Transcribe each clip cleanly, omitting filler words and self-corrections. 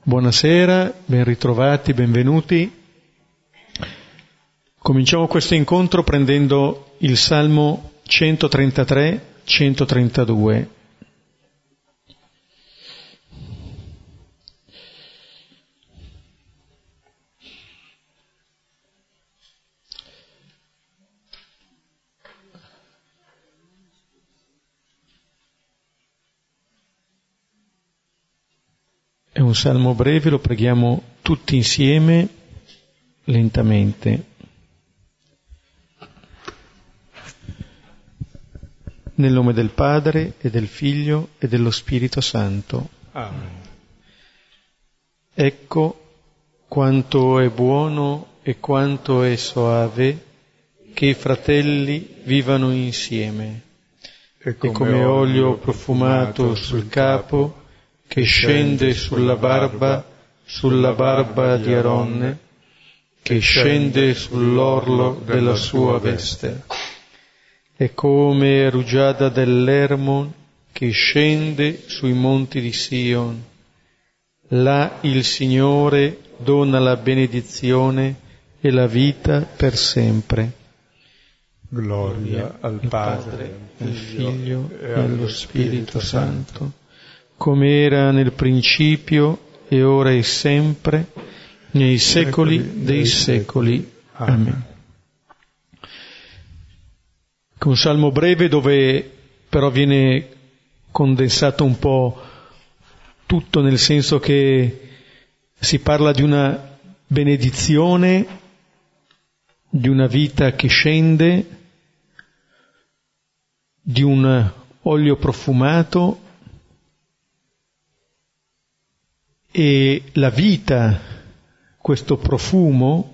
Buonasera, ben ritrovati, benvenuti. Cominciamo questo incontro prendendo il Salmo 133-132. È un salmo breve, lo preghiamo tutti insieme, lentamente. Nel nome del Padre, e del Figlio, e dello Spirito Santo. Amen. Ecco quanto è buono e quanto è soave che i fratelli vivano insieme. E come olio profumato sul capo, che scende sulla barba di Aronne, che scende sull'orlo della sua veste. È come rugiada dell'Ermon che scende sui monti di Sion. Là il Signore dona la benedizione e la vita per sempre. Gloria al Padre, al Figlio e allo Spirito Santo, come era nel principio, e ora e sempre, nei secoli dei secoli. Amen. Un salmo breve dove però viene condensato un po' tutto, nel senso che si parla di una benedizione, di una vita che scende, di un olio profumato, e la vita, questo profumo,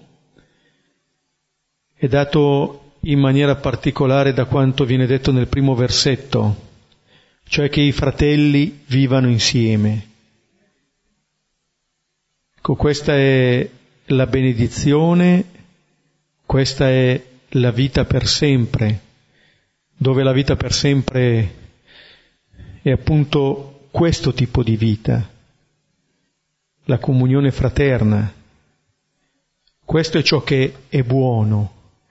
è dato in maniera particolare da quanto viene detto nel primo versetto, cioè che i fratelli vivano insieme. Ecco, questa è la benedizione, questa è la vita per sempre, dove la vita per sempre è appunto questo tipo di vita, la comunione fraterna. Questo è ciò che è buono.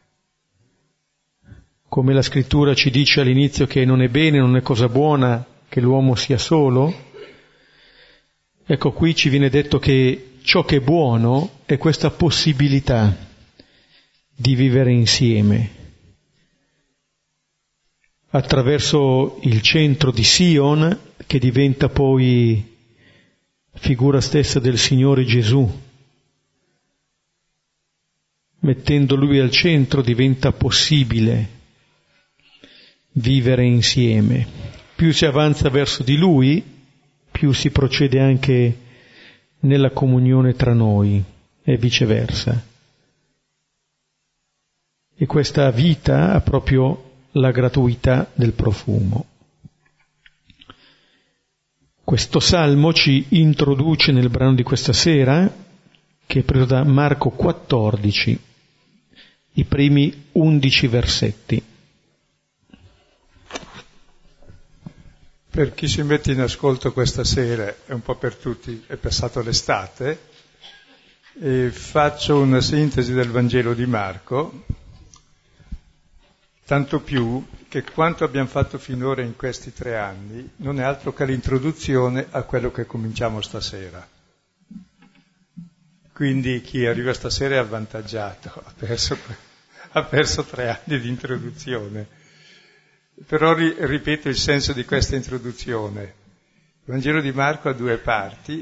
Come la scrittura ci dice all'inizio che non è bene, non è cosa buona che l'uomo sia solo, ecco qui ci viene detto che ciò che è buono è questa possibilità di vivere insieme. Attraverso il centro di Sion, che diventa poi figura stessa del Signore Gesù. Mettendo Lui al centro diventa possibile vivere insieme. Più si avanza verso di Lui, più si procede anche nella comunione tra noi e viceversa. E questa vita ha proprio la gratuità del profumo. Questo salmo ci introduce nel brano di questa sera, che è preso da Marco 14, i primi 11 versetti. Per chi si mette in ascolto questa sera, è un po' per tutti, è passato l'estate, e faccio una sintesi del Vangelo di Marco, tanto più che quanto abbiamo fatto finora in questi 3 anni non è altro che l'introduzione a quello che cominciamo stasera. Quindi chi arriva stasera è avvantaggiato, ha perso 3 anni di introduzione. Però ripeto il senso di questa introduzione. Il Vangelo di Marco ha 2 parti,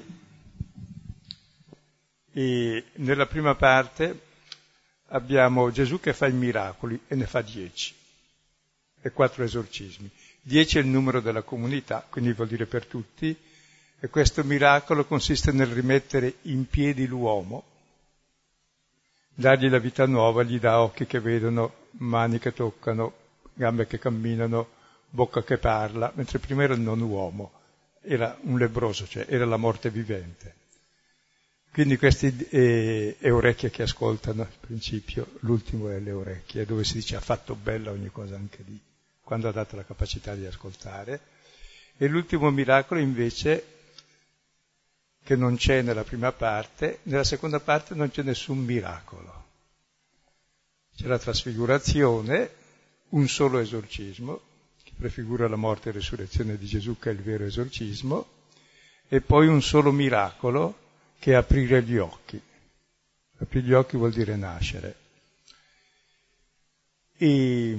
e nella prima parte abbiamo Gesù che fa i miracoli, e ne fa 10, e 4 esorcismi. 10 è il numero della comunità, quindi vuol dire per tutti, e questo miracolo consiste nel rimettere in piedi l'uomo, dargli la vita nuova, gli dà occhi che vedono, mani che toccano, gambe che camminano, bocca che parla, mentre prima era il non uomo, era un lebbroso, cioè era la morte vivente. Quindi questi e orecchie che ascoltano, al principio, l'ultimo è le orecchie, dove si dice ha fatto bella ogni cosa anche lì, quando ha dato la capacità di ascoltare. E l'ultimo miracolo invece che non c'è nella prima parte, nella seconda parte non c'è nessun miracolo. C'è la trasfigurazione, un solo esorcismo, che prefigura la morte e resurrezione di Gesù, che è il vero esorcismo, e poi un solo miracolo, che è aprire gli occhi. Aprire gli occhi vuol dire nascere. E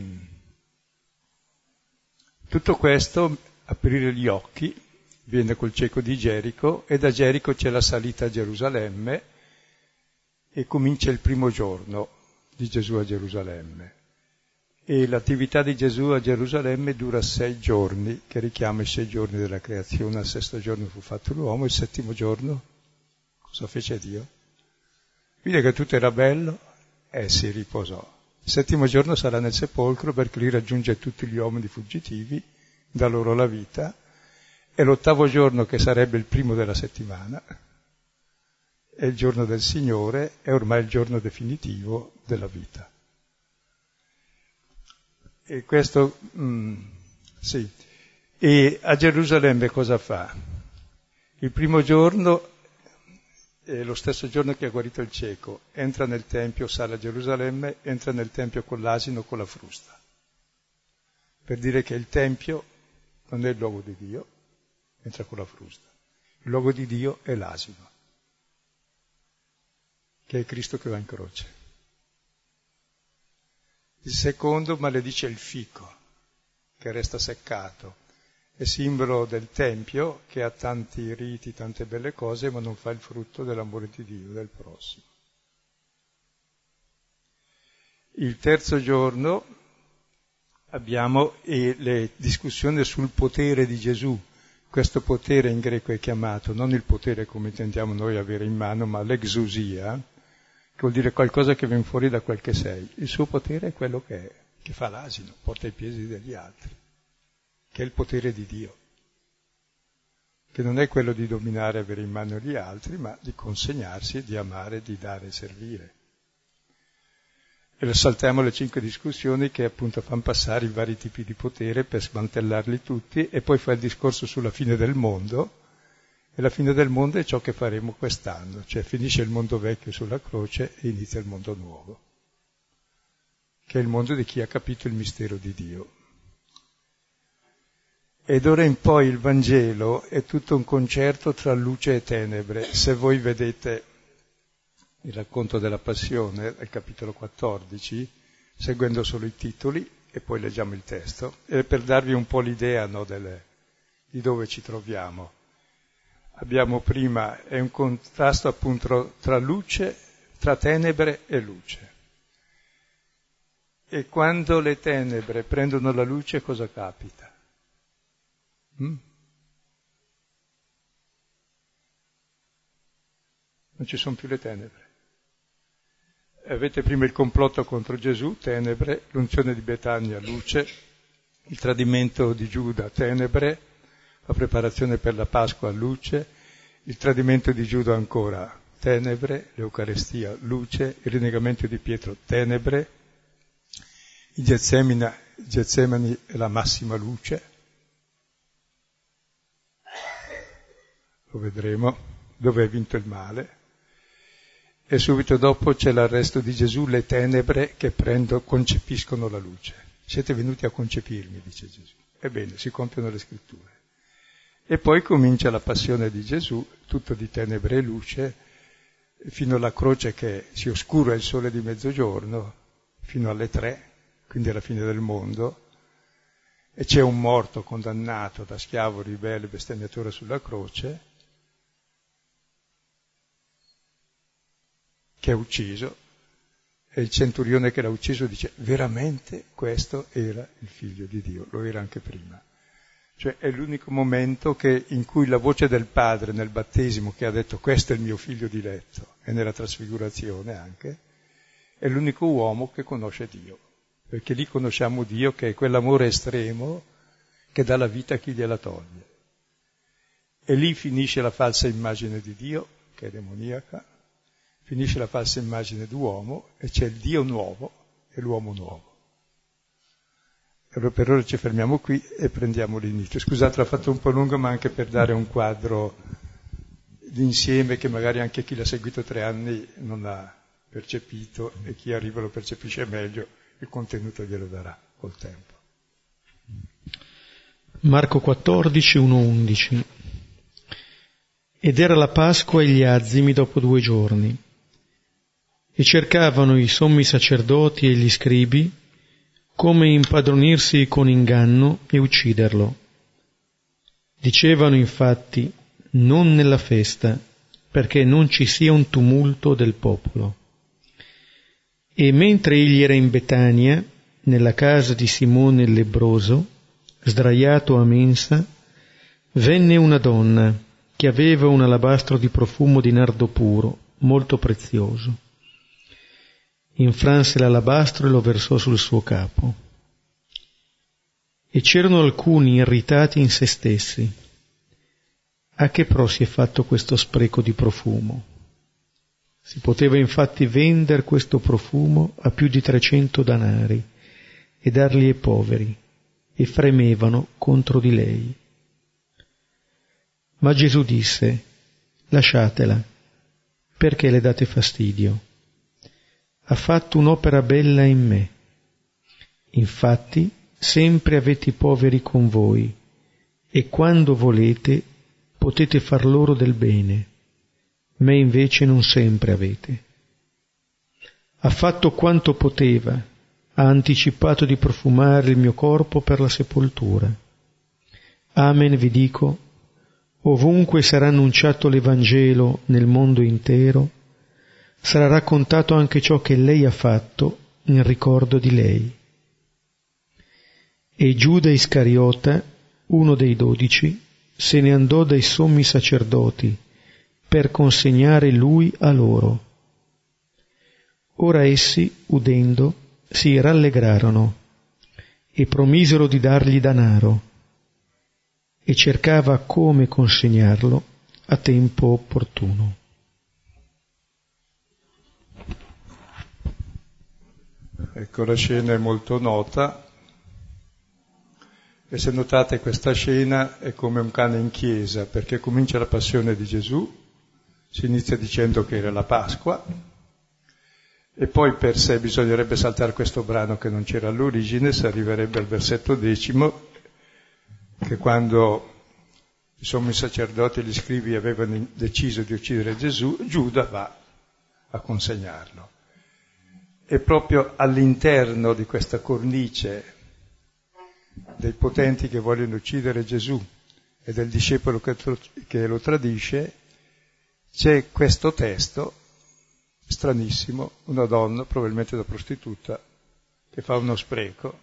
tutto questo, aprire gli occhi, viene col cieco di Gerico, e da Gerico c'è la salita a Gerusalemme e comincia il primo giorno di Gesù a Gerusalemme. E l'attività di Gesù a Gerusalemme dura 6 giorni, che richiama i 6 giorni della creazione. Al 6° giorno fu fatto l'uomo, il 7° giorno cosa fece Dio? Vide che tutto era bello e si riposò. Il 7° giorno sarà nel sepolcro, perché lì raggiunge tutti gli uomini fuggitivi, dà loro la vita, e l'8° giorno, che sarebbe il primo della settimana, è il giorno del Signore, è ormai il giorno definitivo della vita. E questo, sì. E a Gerusalemme cosa fa? Il primo giorno è lo stesso giorno che ha guarito il cieco, entra nel Tempio, sale a Gerusalemme, entra nel Tempio con l'asino, con la frusta, per dire che il Tempio non è il luogo di Dio, entra con la frusta. Il luogo di Dio è l'asino, che è Cristo che va in croce. Il secondo maledice il fico, che resta seccato, è simbolo del Tempio, che ha tanti riti, tante belle cose, ma non fa il frutto dell'amore di Dio, del prossimo. Il terzo giorno abbiamo le discussioni sul potere di Gesù. Questo potere in greco è chiamato, non il potere come intendiamo noi avere in mano, ma l'exousia, che vuol dire qualcosa che viene fuori da quel che sei. Il suo potere è quello che è, che fa l'asino, porta i piedi degli altri, che è il potere di Dio, che non è quello di dominare e avere in mano gli altri, ma di consegnarsi, di amare, di dare e servire. E saltiamo le 5 discussioni che appunto fanno passare i vari tipi di potere per smantellarli tutti, e poi fa il discorso sulla fine del mondo. E la fine del mondo è ciò che faremo quest'anno, cioè finisce il mondo vecchio sulla croce e inizia il mondo nuovo, che è il mondo di chi ha capito il mistero di Dio. Ed d'ora in poi il Vangelo è tutto un concerto tra luce e tenebre. Se voi vedete il racconto della Passione, al capitolo 14, seguendo solo i titoli, e poi leggiamo il testo, e per darvi un po' l'idea, no, di dove ci troviamo. Abbiamo prima, è un contrasto appunto tra luce, tra tenebre e luce. E quando le tenebre prendono la luce, cosa capita? Non ci sono più le tenebre. Avete prima il complotto contro Gesù, tenebre, l'unzione di Betania, luce, il tradimento di Giuda, tenebre, la preparazione per la Pasqua, luce, il tradimento di Giuda ancora, tenebre, l'Eucarestia, luce, il rinnegamento di Pietro, tenebre, i Getsemani è la massima luce, lo vedremo, dove è vinto il male, e subito dopo c'è l'arresto di Gesù, le tenebre che concepiscono la luce. Siete venuti a concepirmi, dice Gesù. Ebbene, si compiono le scritture. E poi comincia la passione di Gesù, tutto di tenebre e luce, fino alla croce che si oscura il sole di mezzogiorno, fino alle 3, quindi alla fine del mondo, e c'è un morto condannato da schiavo, ribelle, bestemmiatore sulla croce, che è ucciso, e il centurione che l'ha ucciso dice: veramente questo era il figlio di Dio, lo era anche prima. Cioè è l'unico momento in cui la voce del Padre nel battesimo, che ha detto questo è il mio figlio diletto, e nella trasfigurazione anche, è l'unico uomo che conosce Dio, perché lì conosciamo Dio, che è quell'amore estremo che dà la vita a chi gliela toglie. E lì finisce la falsa immagine di Dio, che è demoniaca, finisce la falsa immagine d'uomo e c'è il Dio nuovo e l'uomo nuovo. Allora per ora ci fermiamo qui e prendiamo l'inizio. Scusate, l'ho fatto un po' lungo, ma anche per dare un quadro d'insieme che magari anche chi l'ha seguito 3 anni non ha percepito, e chi arriva lo percepisce meglio, il contenuto glielo darà col tempo. Marco 14, 1-11. Ed era la Pasqua e gli azimi dopo 2 giorni, e cercavano i sommi sacerdoti e gli scribi come impadronirsi con inganno e ucciderlo. Dicevano infatti: non nella festa, perché non ci sia un tumulto del popolo. E mentre egli era in Betania, nella casa di Simone il lebbroso, sdraiato a mensa, venne una donna che aveva un alabastro di profumo di nardo puro, molto prezioso. Infranse l'alabastro e lo versò sul suo capo. E c'erano alcuni irritati in se stessi. A che pro si è fatto questo spreco di profumo? Si poteva infatti vendere questo profumo a più di 300 danari e darli ai poveri, e fremevano contro di lei. Ma Gesù disse: lasciatela, perché le date fastidio? Ha fatto un'opera bella in me. Infatti sempre avete i poveri con voi, e quando volete potete far loro del bene, me invece non sempre avete. Ha fatto quanto poteva, ha anticipato di profumare il mio corpo per la sepoltura. Amen vi dico, ovunque sarà annunciato l'Evangelo nel mondo intero, sarà raccontato anche ciò che lei ha fatto in ricordo di lei. E Giuda Iscariota, uno dei 12, se ne andò dai sommi sacerdoti per consegnare lui a loro. Ora essi, udendo, si rallegrarono e promisero di dargli danaro, e cercava come consegnarlo a tempo opportuno. Ecco, la scena è molto nota, e se notate questa scena è come un cane in chiesa, perché comincia la passione di Gesù, si inizia dicendo che era la Pasqua, e poi per sé bisognerebbe saltare questo brano che non c'era all'origine, si arriverebbe al versetto 10, che quando i sommi sacerdoti e gli scribi avevano deciso di uccidere Gesù, Giuda va a consegnarlo. E proprio all'interno di questa cornice dei potenti che vogliono uccidere Gesù e del discepolo che lo tradisce, c'è questo testo stranissimo, una donna, probabilmente da prostituta, che fa uno spreco,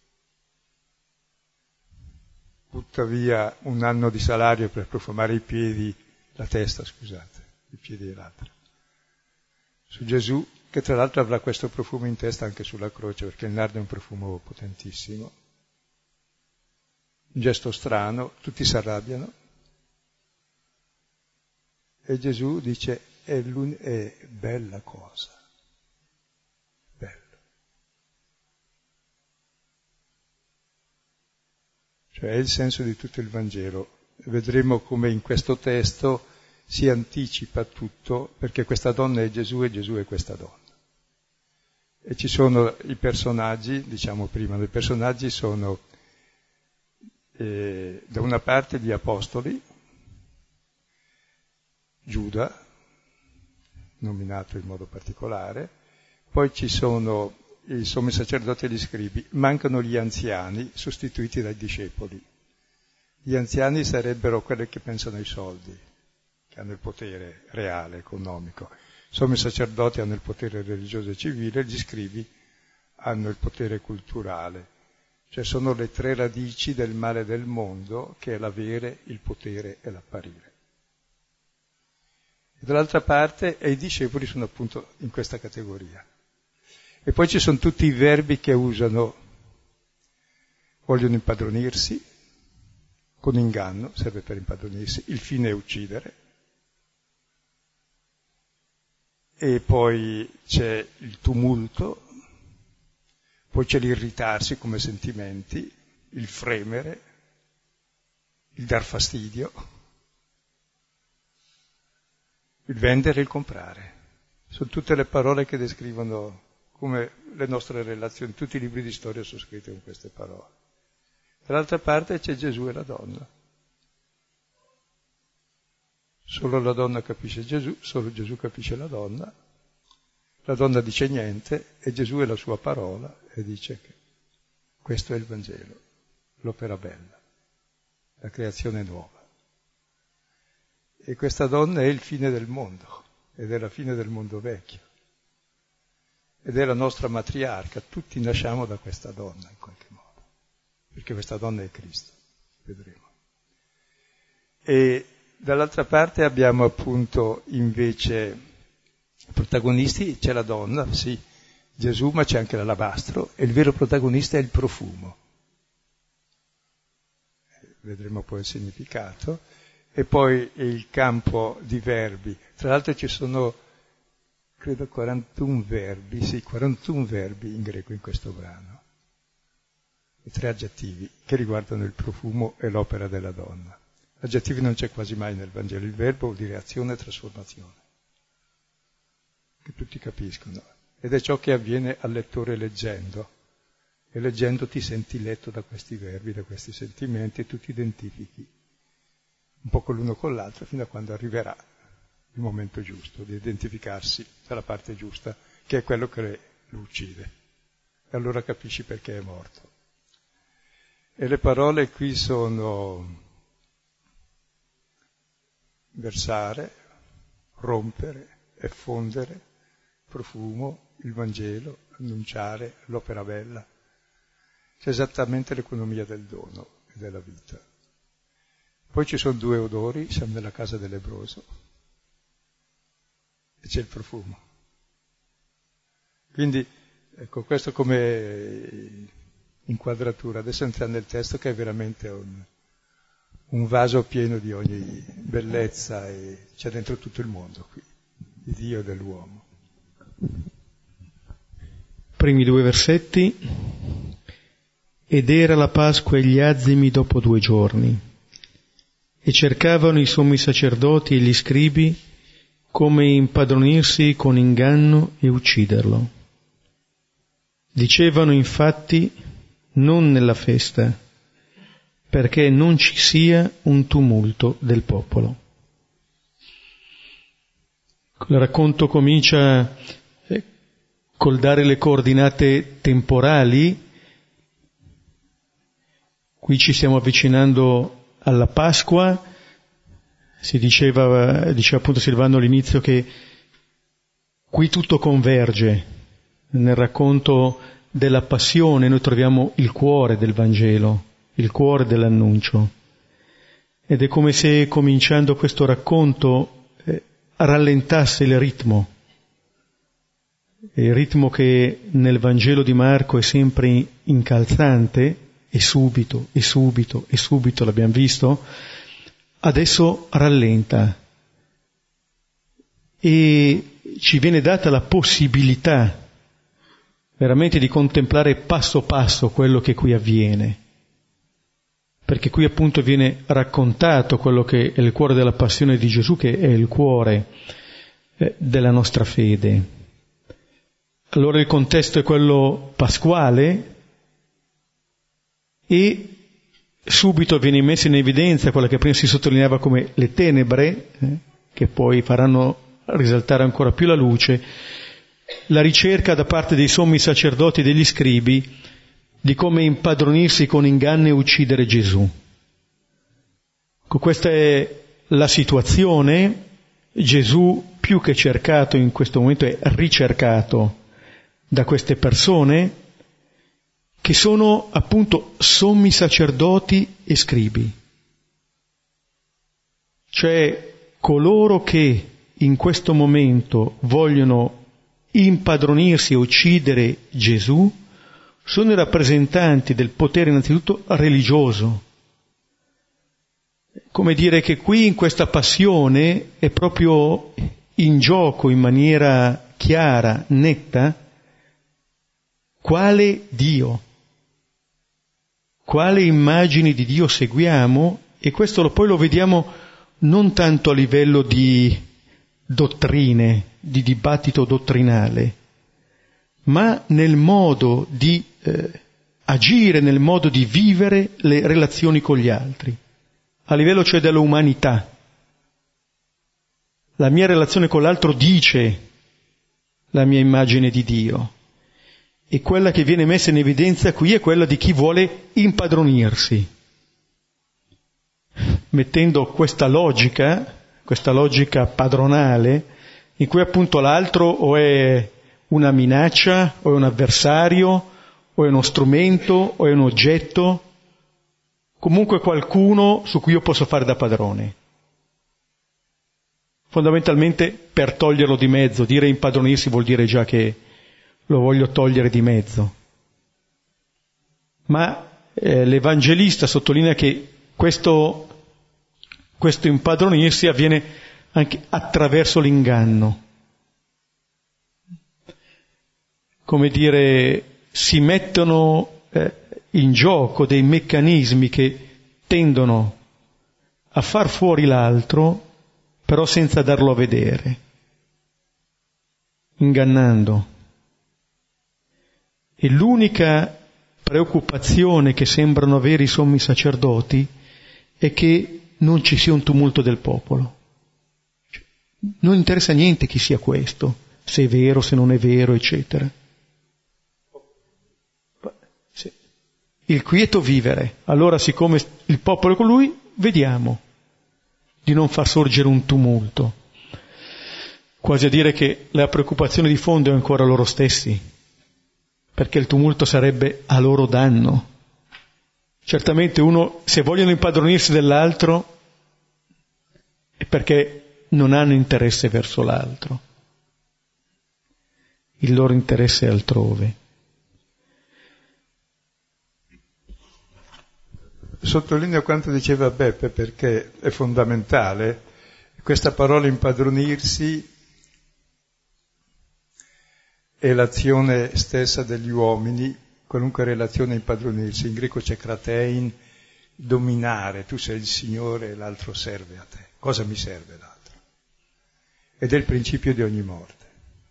butta via 1 anno di salario per profumare i piedi dell'altra, su Gesù, che tra l'altro avrà questo profumo in testa anche sulla croce, perché il nardo è un profumo potentissimo. Un gesto strano, tutti si arrabbiano, e Gesù dice: è bella cosa, bello. Cioè è il senso di tutto il Vangelo. Vedremo come in questo testo si anticipa tutto, perché questa donna è Gesù e Gesù è questa donna. E ci sono i personaggi, diciamo prima, i personaggi sono da una parte gli apostoli, Giuda, nominato in modo particolare, poi ci sono i sommi sacerdoti e gli scribi, mancano gli anziani sostituiti dai discepoli. Gli anziani sarebbero quelli che pensano ai soldi, che hanno il potere reale, economico. I sommi sacerdoti hanno il potere religioso e civile, gli scribi hanno il potere culturale. Cioè sono le 3 radici del male del mondo, che è l'avere, il potere e l'apparire. E dall'altra parte, i discepoli sono appunto in questa categoria. E poi ci sono tutti i verbi che usano: vogliono impadronirsi, con inganno, serve per impadronirsi, il fine è uccidere, e poi c'è il tumulto, poi c'è l'irritarsi come sentimenti, il fremere, il dar fastidio. il vendere e il comprare. Sono tutte le parole che descrivono come le nostre relazioni, tutti i libri di storia sono scritti con queste parole. Dall'altra parte c'è Gesù e la donna. Solo la donna capisce Gesù, solo Gesù capisce la donna dice niente e Gesù è la sua parola e dice che questo è il Vangelo, l'opera bella, la creazione nuova. E questa donna è il fine del mondo, ed è la fine del mondo vecchio, ed è la nostra matriarca, tutti nasciamo da questa donna in qualche modo, perché questa donna è Cristo, vedremo. E dall'altra parte abbiamo appunto invece protagonisti, c'è la donna, sì, Gesù, ma c'è anche l'alabastro, e il vero protagonista è il profumo. Vedremo poi il significato. E poi il campo di verbi. Tra l'altro ci sono, credo, 41 verbi in greco in questo brano. E 3 aggettivi che riguardano il profumo e l'opera della donna. Aggettivi non c'è quasi mai nel Vangelo, il verbo vuol dire azione e trasformazione, che tutti capiscono. Ed è ciò che avviene al lettore leggendo. E leggendo ti senti letto da questi verbi, da questi sentimenti, e tu ti identifichi un po' con l'uno con l'altro, fino a quando arriverà il momento giusto di identificarsi dalla parte giusta, che è quello che lo uccide. E allora capisci perché è morto. E le parole qui sono versare, rompere, effondere, profumo, il Vangelo, annunciare, l'opera bella. C'è esattamente l'economia del dono e della vita. Poi ci sono 2 odori, siamo nella casa del lebbroso, e c'è il profumo. Quindi, ecco, questo come inquadratura. Adesso entriamo nel testo che è veramente un vaso pieno di ogni bellezza, e c'è dentro tutto il mondo qui, di Dio e dell'uomo. Primi 2 versetti. Ed era la Pasqua e gli azimi dopo 2 giorni. E cercavano i sommi sacerdoti e gli scribi come impadronirsi con inganno e ucciderlo. Dicevano infatti non nella festa, perché non ci sia un tumulto del popolo. Il racconto comincia col dare le coordinate temporali. Qui ci stiamo avvicinando alla Pasqua. Diceva appunto Silvano all'inizio che qui tutto converge. Nel racconto della passione noi troviamo il cuore del Vangelo, il cuore dell'annuncio. Ed è come se, cominciando questo racconto, rallentasse il ritmo che nel Vangelo di Marco è sempre incalzante, e subito, l'abbiamo visto, adesso rallenta e ci viene data la possibilità veramente di contemplare passo passo quello che qui avviene, perché qui appunto viene raccontato quello che è il cuore della passione di Gesù, che è il cuore della nostra fede. Allora il contesto è quello pasquale, e subito viene messa in evidenza quella che prima si sottolineava come le tenebre, che poi faranno risaltare ancora più la luce, la ricerca da parte dei sommi sacerdoti e degli scribi di come impadronirsi con inganno e uccidere Gesù. Questa è la situazione. Gesù, più che cercato in questo momento, è ricercato da queste persone che sono appunto sommi sacerdoti e scribi, cioè coloro che in questo momento vogliono impadronirsi e uccidere Gesù sono i rappresentanti del potere innanzitutto religioso. Come dire che qui in questa passione è proprio in gioco in maniera chiara, netta, quale Dio, quale immagini di Dio seguiamo, e questo poi lo vediamo non tanto a livello di dottrine, di dibattito dottrinale, ma nel modo di agire, nel modo di vivere le relazioni con gli altri, a livello cioè dell'umanità. La mia relazione con l'altro dice la mia immagine di Dio, e quella che viene messa in evidenza qui è quella di chi vuole impadronirsi, mettendo questa logica padronale, in cui appunto l'altro o è una minaccia, o è un avversario, o è uno strumento, o è un oggetto, comunque qualcuno su cui io posso fare da padrone. Fondamentalmente per toglierlo di mezzo, dire impadronirsi vuol dire già che lo voglio togliere di mezzo. Ma l'Evangelista sottolinea che questo impadronirsi avviene anche attraverso l'inganno. Come dire, si mettono in gioco dei meccanismi che tendono a far fuori l'altro, però senza darlo a vedere, ingannando. E l'unica preoccupazione che sembrano avere i sommi sacerdoti è che non ci sia un tumulto del popolo. Non interessa niente chi sia questo, se è vero, se non è vero, eccetera. Il quieto vivere. Allora, siccome il popolo è con lui, vediamo di non far sorgere un tumulto. Quasi a dire che la preoccupazione di fondo è ancora loro stessi, perché il tumulto sarebbe a loro danno. Certamente uno, se vogliono impadronirsi dell'altro, è perché non hanno interesse verso l'altro. Il loro interesse è altrove. Sottolineo quanto diceva Beppe, perché è fondamentale. Questa parola impadronirsi è l'azione stessa degli uomini, qualunque relazione impadronirsi. In greco c'è kratein, dominare, tu sei il Signore e l'altro serve a te. Cosa mi serve l'altro? Ed è il principio di ogni morte.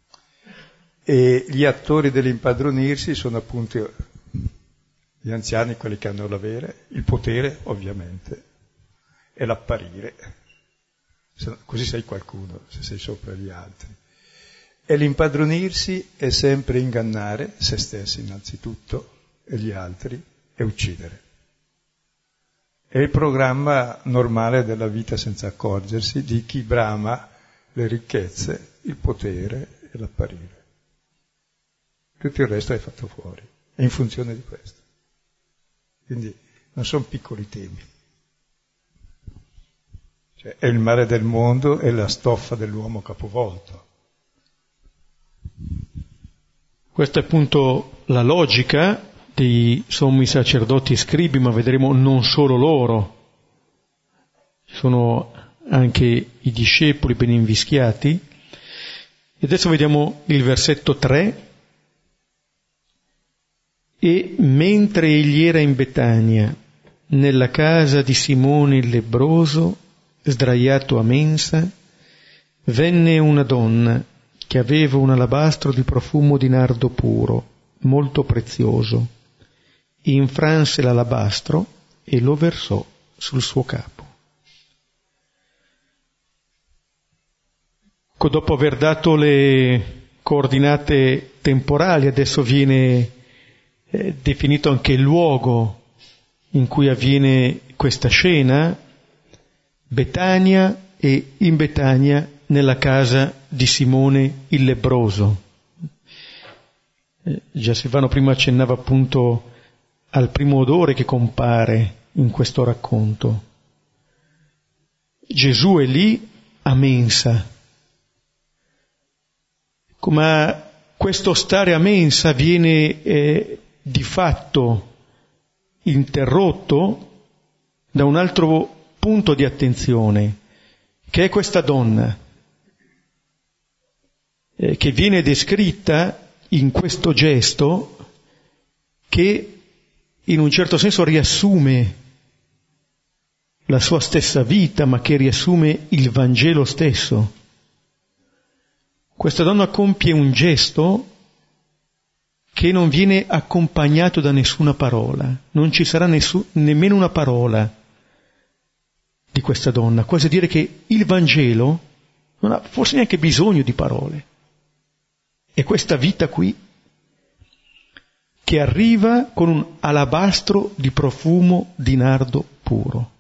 E gli attori dell'impadronirsi sono appunto gli anziani, quelli che hanno l'avere, il potere ovviamente, e l'apparire. Così sei qualcuno, se sei sopra gli altri. E l'impadronirsi è sempre ingannare se stessi innanzitutto, e gli altri, e uccidere. È il programma normale della vita senza accorgersi di chi brama le ricchezze, il potere e l'apparire. Tutto il resto è fatto fuori, è in funzione di questo. Quindi non sono piccoli temi. Cioè, è il male del mondo e la stoffa dell'uomo capovolto. Questa è appunto la logica dei sommi sacerdoti e scribi, ma vedremo non solo loro. Ci sono anche i discepoli ben invischiati. E adesso vediamo il versetto 3. E mentre egli era in Betania, nella casa di Simone il lebbroso, sdraiato a mensa, venne una donna che aveva un alabastro di profumo di nardo puro, molto prezioso, infranse l'alabastro e lo versò sul suo capo. Dopo aver dato le coordinate temporali, adesso viene definito anche il luogo in cui avviene questa scena, Betania, e in Betania nella casa di Simone il lebbroso. Già Silvano prima accennava appunto al primo odore che compare in questo racconto. Gesù è lì a mensa, ma questo stare a mensa viene di fatto interrotto da un altro punto di attenzione, che è questa donna, che viene descritta in questo gesto che in un certo senso riassume la sua stessa vita, ma che riassume il Vangelo stesso. questa donna compie un gesto che non viene accompagnato da nessuna parola, non ci sarà nemmeno una parola di questa donna, quasi a dire che il Vangelo non ha forse neanche bisogno di parole. È questa vita qui che arriva con un alabastro di profumo di nardo puro.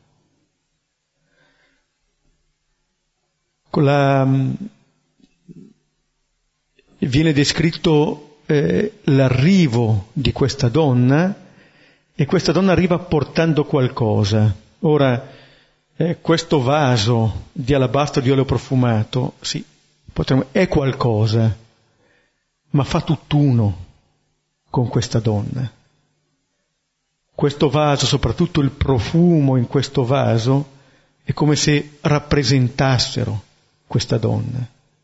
Viene descritto l'arrivo di questa donna, e questa donna arriva portando qualcosa. Ora, questo vaso di alabastro di olio profumato, sì, è qualcosa, ma fa tutt'uno con questa donna. Questo vaso, soprattutto il profumo in questo vaso, è come se rappresentassero questa donna.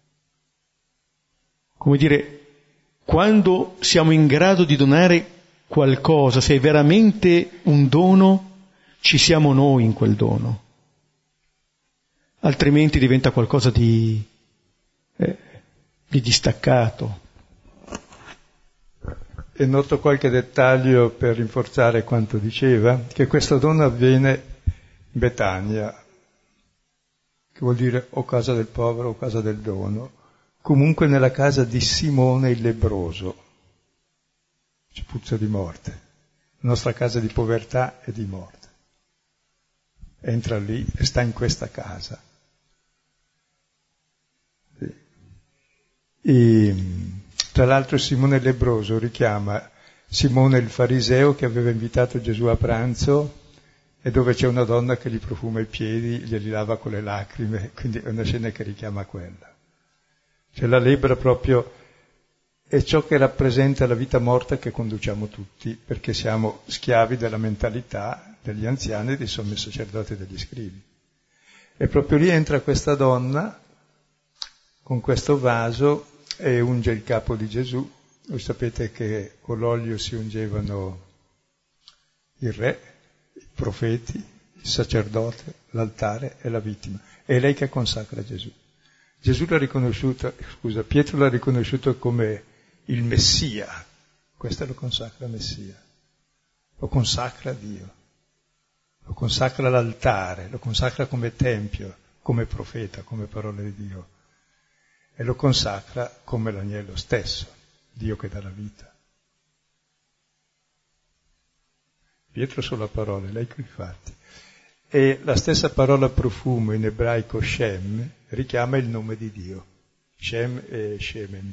Come dire, quando siamo in grado di donare qualcosa, se è veramente un dono, ci siamo noi in quel dono. Altrimenti diventa qualcosa di distaccato. E noto qualche dettaglio per rinforzare quanto diceva, che questa donna avviene in Betania, che vuol dire o casa del povero o casa del dono, comunque nella casa di Simone il lebbroso. C'è puzza di morte, la nostra casa di povertà e di morte. Entra lì e sta in questa casa. E, tra l'altro Simone il lebbroso richiama Simone il fariseo che aveva invitato Gesù a pranzo e dove c'è una donna che gli profuma i piedi, glieli lava con le lacrime, quindi è una scena che richiama quella. Cioè la lebbra proprio è ciò che rappresenta la vita morta che conduciamo tutti, perché siamo schiavi della mentalità degli anziani, dei sommi sacerdoti e degli scribi. E proprio lì entra questa donna con questo vaso e unge il capo di Gesù. Voi sapete che con l'olio si ungevano il re, i profeti, il sacerdote, l'altare e la vittima. È lei che consacra Gesù. Gesù l'ha riconosciuto, Pietro l'ha riconosciuto come il Messia, questo lo consacra Messia, lo consacra Dio, lo consacra l'altare, lo consacra come tempio, come profeta, come parola di Dio, e lo consacra come l'agnello stesso, Dio che dà la vita. Pietro sulla parola, lei coi fatti. E la stessa parola profumo in ebraico Shem richiama il nome di Dio, Shem e Shemen.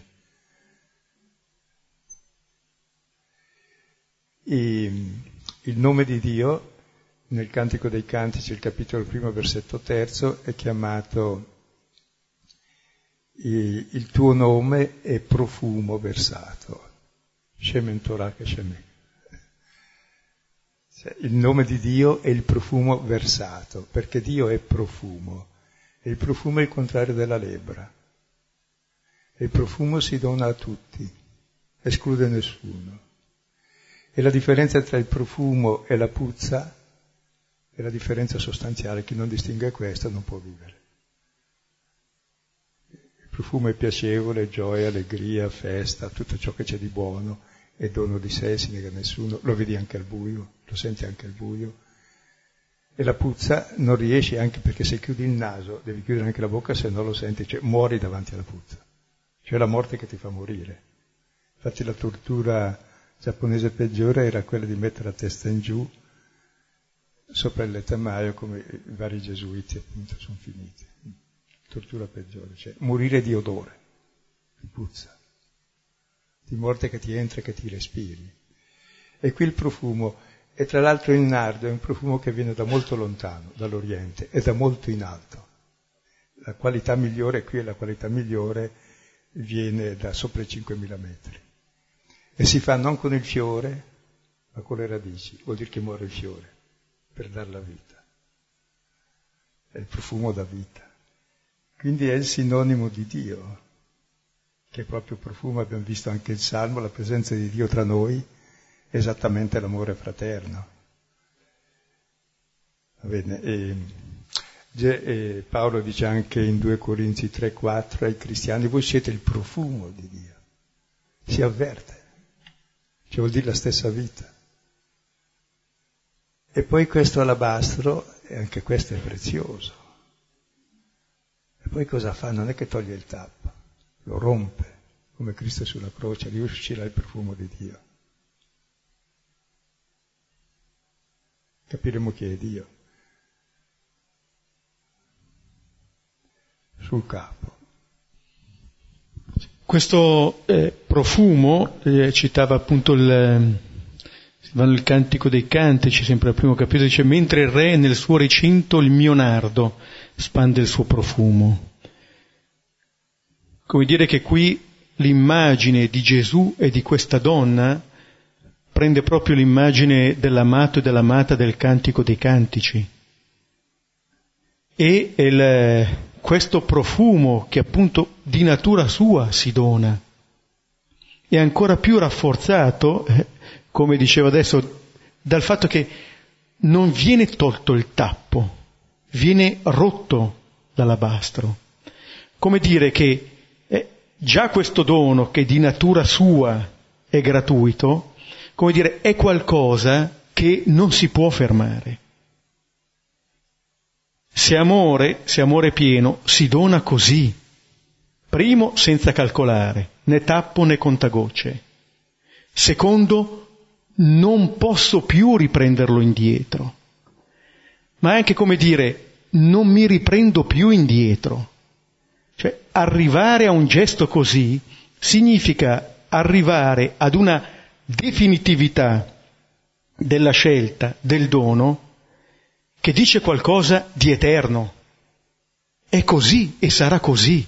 Il nome di Dio, nel Cantico dei Cantici, il capitolo 1, versetto 3, è chiamato il tuo nome è profumo versato, Shemen Torah che Shemen. Il nome di Dio è il profumo versato, perché Dio è profumo, e il profumo è il contrario della lebbra. E il profumo si dona a tutti, esclude nessuno. E la differenza tra il profumo e la puzza è la differenza sostanziale, chi non distingue questo non può vivere. Il profumo è piacevole, gioia, allegria, festa, tutto ciò che c'è di buono, è dono di sé, si nega a nessuno, lo vedi anche al buio, lo senti anche al buio. E la puzza non riesci, anche perché se chiudi il naso devi chiudere anche la bocca, se no lo senti, cioè muori davanti alla puzza. Cioè la morte che ti fa morire. Infatti la tortura giapponese peggiore era quella di mettere la testa in giù sopra il lettamaio, come i vari gesuiti appunto sono finiti. Tortura peggiore, cioè morire di odore, di puzza, di morte che ti entra e che ti respiri. E qui il profumo, e tra l'altro il nardo è un profumo che viene da molto lontano, dall'Oriente, e da molto in alto. La qualità migliore qui, e la qualità migliore viene da sopra i 5.000 metri. E si fa non con il fiore, ma con le radici, vuol dire che muore il fiore, per dar la vita. È il profumo da vita. Quindi è il sinonimo di Dio, che è proprio profumo, abbiamo visto anche il Salmo, la presenza di Dio tra noi, è esattamente l'amore fraterno. Va bene? Paolo dice anche in 2 Corinzi 3,4 ai cristiani: voi siete il profumo di Dio. Si avverte, cioè vuol dire la stessa vita. E poi questo alabastro, e anche questo è prezioso. E poi cosa fa? Non è che toglie il tappo, lo rompe, come Cristo sulla croce, lì uscirà il profumo di Dio. Capiremo chi è Dio. Sul capo. Questo profumo, citava appunto il Cantico dei Cantici, sempre al primo capitolo, dice: mentre il re nel suo recinto il mio nardo spande il suo profumo. Come dire che qui l'immagine di Gesù e di questa donna prende proprio l'immagine dell'amato e dell'amata del Cantico dei Cantici. E questo profumo che appunto di natura sua si dona è ancora più rafforzato, come dicevo adesso, dal fatto che non viene tolto il tappo, viene rotto l'alabastro. Come dire che già questo dono, che di natura sua è gratuito, come dire, è qualcosa che non si può fermare. Se amore pieno, si dona così. Primo, senza calcolare, né tappo né contagocce. Secondo, non posso più riprenderlo indietro. Ma è anche come dire, non mi riprendo più indietro. Cioè, arrivare a un gesto così significa arrivare ad una definitività della scelta, del dono, che dice qualcosa di eterno. È così e sarà così.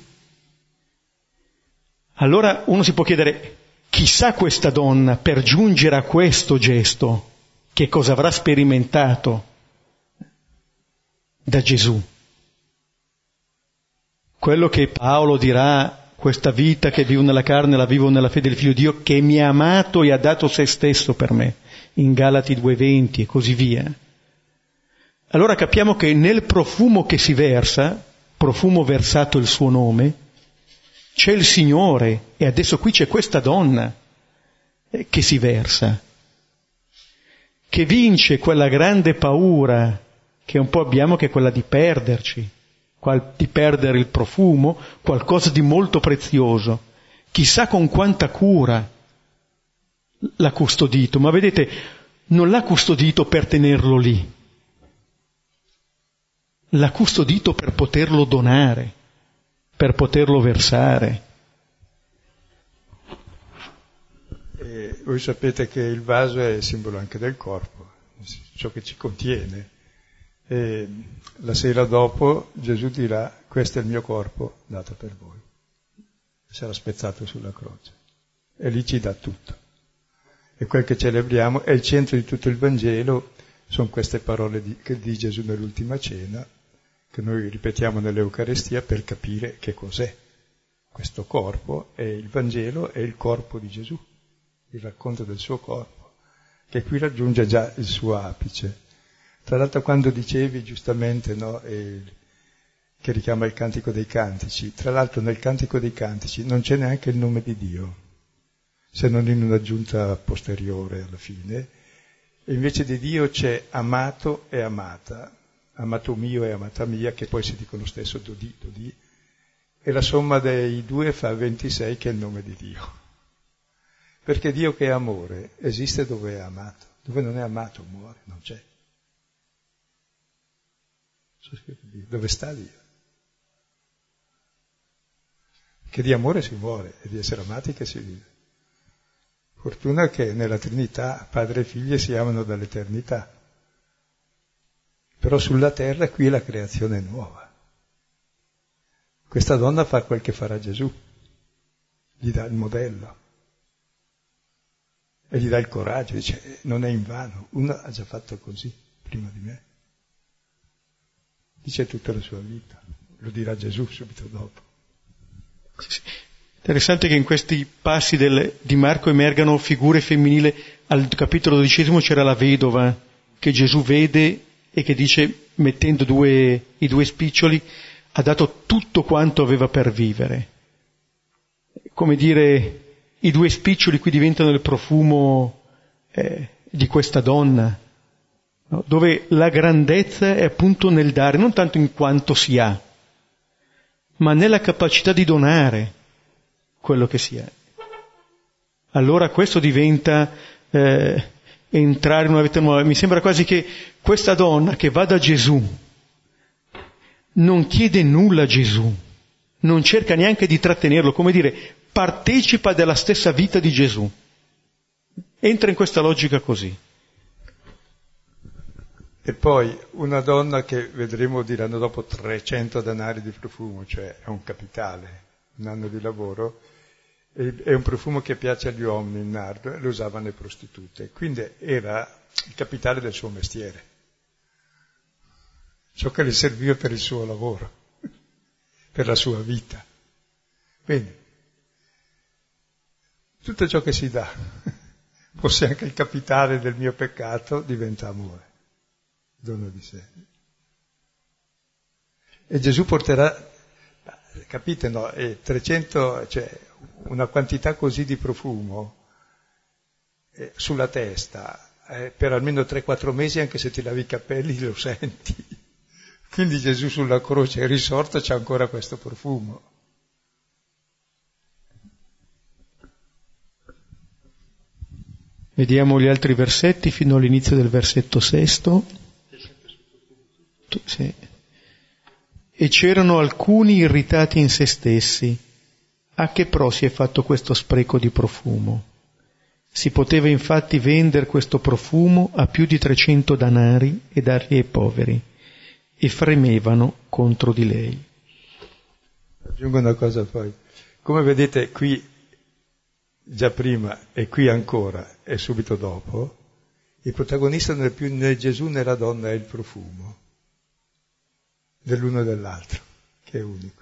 Allora uno si può chiedere, chissà questa donna per giungere a questo gesto, che cosa avrà sperimentato da Gesù? Quello che Paolo dirà, questa vita che vivo nella carne la vivo nella fede del Figlio di Dio, che mi ha amato e ha dato se stesso per me, in Galati 2,20 e così via. Allora capiamo che nel profumo che si versa, profumo versato il suo nome, c'è il Signore, e adesso qui c'è questa donna che si versa, che vince quella grande paura che un po' abbiamo, che è quella di perderci, di perdere il profumo, qualcosa di molto prezioso. Chissà con quanta cura l'ha custodito, ma vedete, non l'ha custodito per tenerlo lì, l'ha custodito per poterlo donare, per poterlo versare. E voi sapete che il vaso è simbolo anche del corpo, ciò che ci contiene. E la sera dopo Gesù dirà: questo è il mio corpo dato per voi. Sarà spezzato sulla croce. E lì ci dà tutto. E quel che celebriamo è il centro di tutto il Vangelo, sono queste parole di Gesù nell'ultima cena, che noi ripetiamo nell'Eucarestia per capire che cos'è questo corpo. E il Vangelo è il corpo di Gesù, il racconto del suo corpo, che qui raggiunge già il suo apice. Tra l'altro, quando dicevi giustamente, no, che richiama il Cantico dei Cantici, tra l'altro nel Cantico dei Cantici non c'è neanche il nome di Dio, se non in un'aggiunta posteriore alla fine, e invece di Dio c'è amato e amata, amato mio e amata mia, che poi si dicono stesso dodì, e la somma dei due fa 26, che è il nome di Dio. Perché Dio, che è amore, esiste dove è amato. Dove non è amato muore, non c'è. Dove sta Dio? Che di amore si muore e di essere amati che si vive. Fortuna che nella Trinità Padre e Figlio si amano dall'eternità. Però sulla terra qui la creazione è nuova. Questa donna fa quel che farà Gesù, gli dà il modello e gli dà il coraggio, dice: non è invano, uno ha già fatto così prima di me. Dice tutta la sua vita, lo dirà Gesù subito dopo. Sì. Interessante che in questi passi di Marco emergano figure femminili. Al capitolo 12 c'era la vedova che Gesù vede e che dice: mettendo i due spiccioli, ha dato tutto quanto aveva per vivere. Come dire, i due spiccioli qui diventano il profumo di questa donna, no? Dove la grandezza è appunto nel dare, non tanto in quanto si ha, ma nella capacità di donare quello che si ha. Allora questo diventa entrare in una vita nuova. Mi sembra quasi che questa donna che va da Gesù non chiede nulla a Gesù, non cerca neanche di trattenerlo, come dire, partecipa della stessa vita di Gesù. Entra in questa logica così. E poi una donna che vedremo diranno dopo 300 denari di profumo, cioè è un capitale, un anno di lavoro, è un profumo che piace agli uomini, il nardo, e lo usavano le prostitute. Quindi era il capitale del suo mestiere, ciò che le serviva per il suo lavoro, per la sua vita. Bene, tutto ciò che si dà, forse anche il capitale del mio peccato, diventa amore, dono di sé. E Gesù porterà, capite, no? 300, cioè una quantità così di profumo sulla testa, per almeno 3-4 mesi, anche se ti lavi i capelli lo senti. Quindi Gesù sulla croce è risorto, c'è ancora questo profumo. Vediamo gli altri versetti fino all'inizio del versetto 6. Sì. E c'erano alcuni irritati in se stessi. A che pro si è fatto questo spreco di profumo? Si poteva infatti vendere questo profumo a più di 300 danari e darli ai poveri, e fremevano contro di lei. Aggiungo una cosa poi. Come vedete qui, già prima e qui ancora e subito dopo, il protagonista non è più né Gesù né la donna, è il profumo dell'uno e dell'altro, che è unico.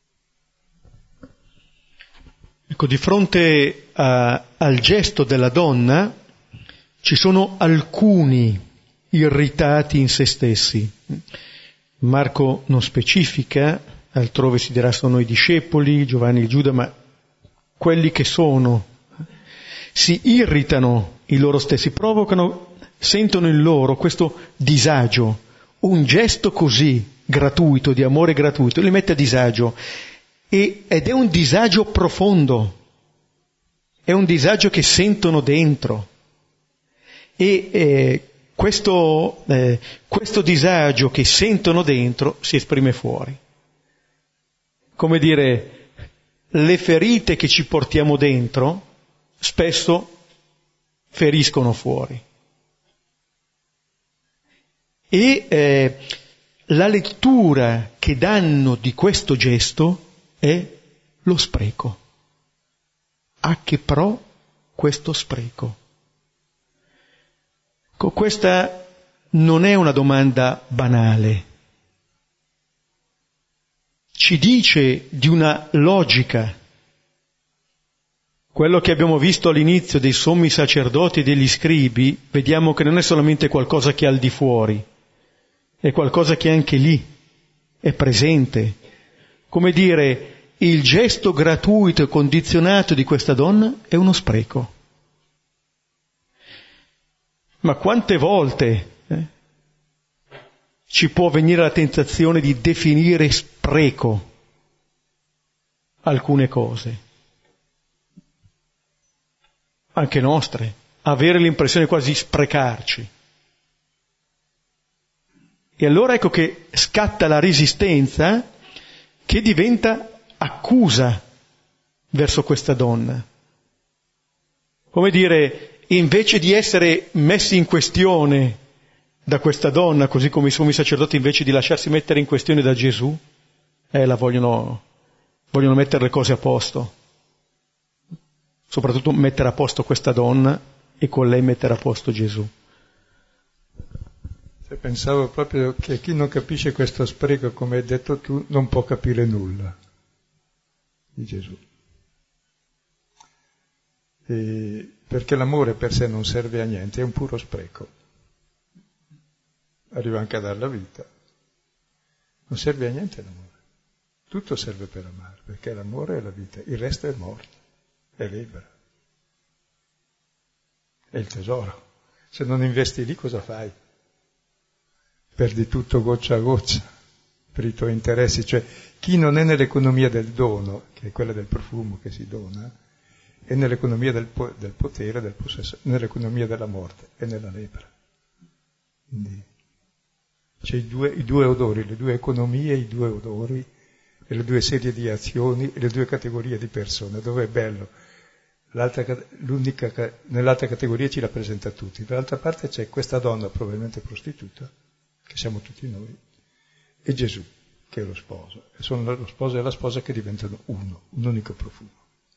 Ecco, di fronte al gesto della donna ci sono alcuni irritati in se stessi. Marco non specifica, altrove si dirà sono i discepoli, Giovanni il Giuda, ma quelli che sono si irritano i loro stessi, provocano, sentono in loro questo disagio. Un gesto così gratuito, di amore gratuito, li mette a disagio. Ed è un disagio profondo, è un disagio che sentono dentro. E questo disagio che sentono dentro si esprime fuori. Come dire, le ferite che ci portiamo dentro spesso feriscono fuori. E la lettura che danno di questo gesto è lo spreco. A che pro questo spreco? Questa non è una domanda banale. Ci dice di una logica. Quello che abbiamo visto all'inizio dei sommi sacerdoti e degli scribi, vediamo che non è solamente qualcosa che è al di fuori, è qualcosa che anche lì è presente. Come dire, il gesto gratuito e condizionato di questa donna è uno spreco. Ma quante volte ci può venire la tentazione di definire spreco alcune cose, anche nostre, avere l'impressione quasi di sprecarci. E allora ecco che scatta la resistenza che diventa accusa verso questa donna. Come dire, invece di essere messi in questione da questa donna, così come i sommi sacerdoti invece di lasciarsi mettere in questione da Gesù, la vogliono mettere le cose a posto. Soprattutto mettere a posto questa donna e con lei mettere a posto Gesù. Pensavo proprio che chi non capisce questo spreco, come hai detto tu, non può capire nulla di Gesù. Perché l'amore per sé non serve a niente, è un puro spreco. Arriva anche a dare la vita, Non serve a niente l'amore. Tutto serve per amare, perché l'amore è la vita, il resto è morto, è libero. È il tesoro. Se non investi lì cosa fai? Perdi tutto goccia a goccia per i tuoi interessi. Cioè chi non è nell'economia del dono, che è quella del profumo che si dona, è nell'economia del potere, del possesso, nell'economia della morte, è nella lepra. Quindi c'è i due odori, le due economie, i due odori, e le due serie di azioni, e le due categorie di persone, dove è bello. Nell'altra categoria ci rappresenta tutti, dall'altra parte c'è questa donna probabilmente prostituta, che siamo tutti noi, e Gesù, che è lo sposo. E sono lo sposo e la sposa che diventano uno, un unico profumo.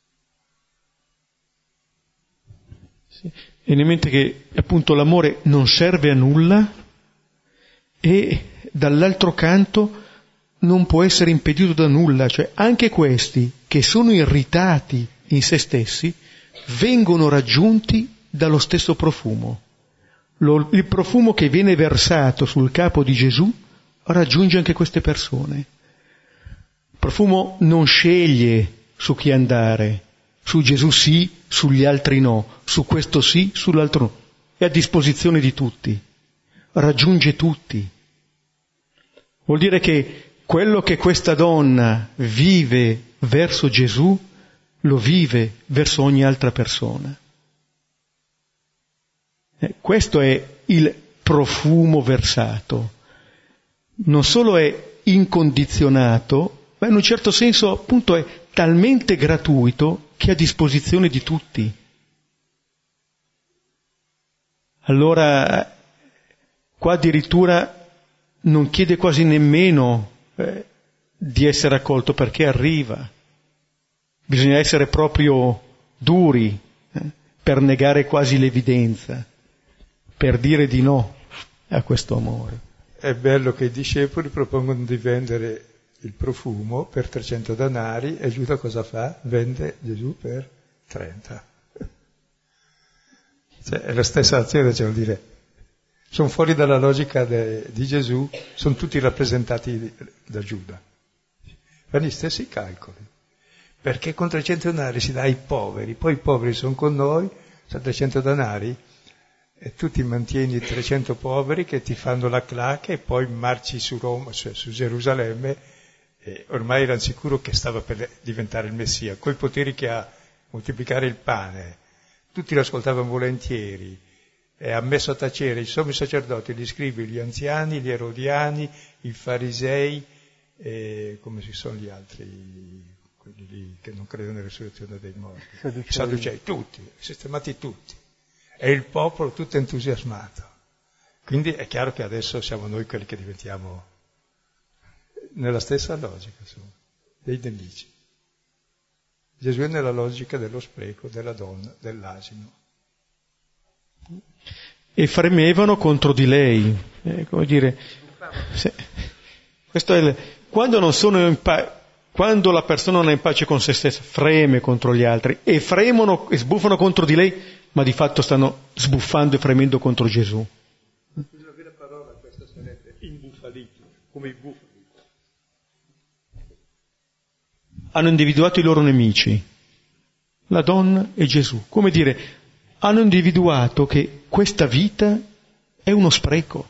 Sì. E in mente che appunto l'amore non serve a nulla e dall'altro canto non può essere impedito da nulla, cioè anche questi che sono irritati in se stessi vengono raggiunti dallo stesso profumo. Il profumo che viene versato sul capo di Gesù raggiunge anche queste persone. Il profumo non sceglie su chi andare, su Gesù sì, sugli altri no, su questo sì, sull'altro no, è a disposizione di tutti, raggiunge tutti. Vuol dire che quello che questa donna vive verso Gesù lo vive verso ogni altra persona. Questo è il profumo versato. Non solo è incondizionato, ma in un certo senso appunto è talmente gratuito che è a disposizione di tutti. Allora, qua addirittura non chiede quasi nemmeno di essere accolto, perché arriva. Bisogna essere proprio duri per negare quasi l'evidenza, per dire di no a questo amore. È bello che i discepoli propongono di vendere il profumo per 300 denari e Giuda cosa fa? Vende Gesù per 30. Cioè, è la stessa azione, cioè vuol dire, sono fuori dalla logica di Gesù, sono tutti rappresentati da Giuda. Fanno gli stessi calcoli. Perché con 300 denari si dà ai poveri, poi i poveri sono con noi, sono 300 denari, e tu ti mantieni 300 poveri che ti fanno la claque e poi marci su Roma, cioè su Gerusalemme, e ormai erano sicuro che stava per diventare il Messia, coi poteri che ha, moltiplicare il pane. Tutti lo ascoltavano volentieri, ha messo a tacere i sommi sacerdoti, gli scribi, gli anziani, gli erodiani, i farisei, e come si sono gli altri, quelli lì che non credono nella risurrezione dei morti, i sadducei, tutti, sistemati tutti, e il popolo tutto entusiasmato. Quindi è chiaro che adesso siamo noi quelli che diventiamo nella stessa logica, insomma, dei nemici. Gesù è nella logica dello spreco, della donna, dell'asino. E fremevano contro di lei, come dire, questo è quando non sono in quando la persona non è in pace con se stessa, freme contro gli altri e fremono e sbuffano contro di lei, ma di fatto stanno sbuffando e fremendo contro Gesù. La vera parola questa sarebbe imbufaliti, come i bufali. Hanno individuato i loro nemici, la donna e Gesù. Come dire, hanno individuato che questa vita è uno spreco.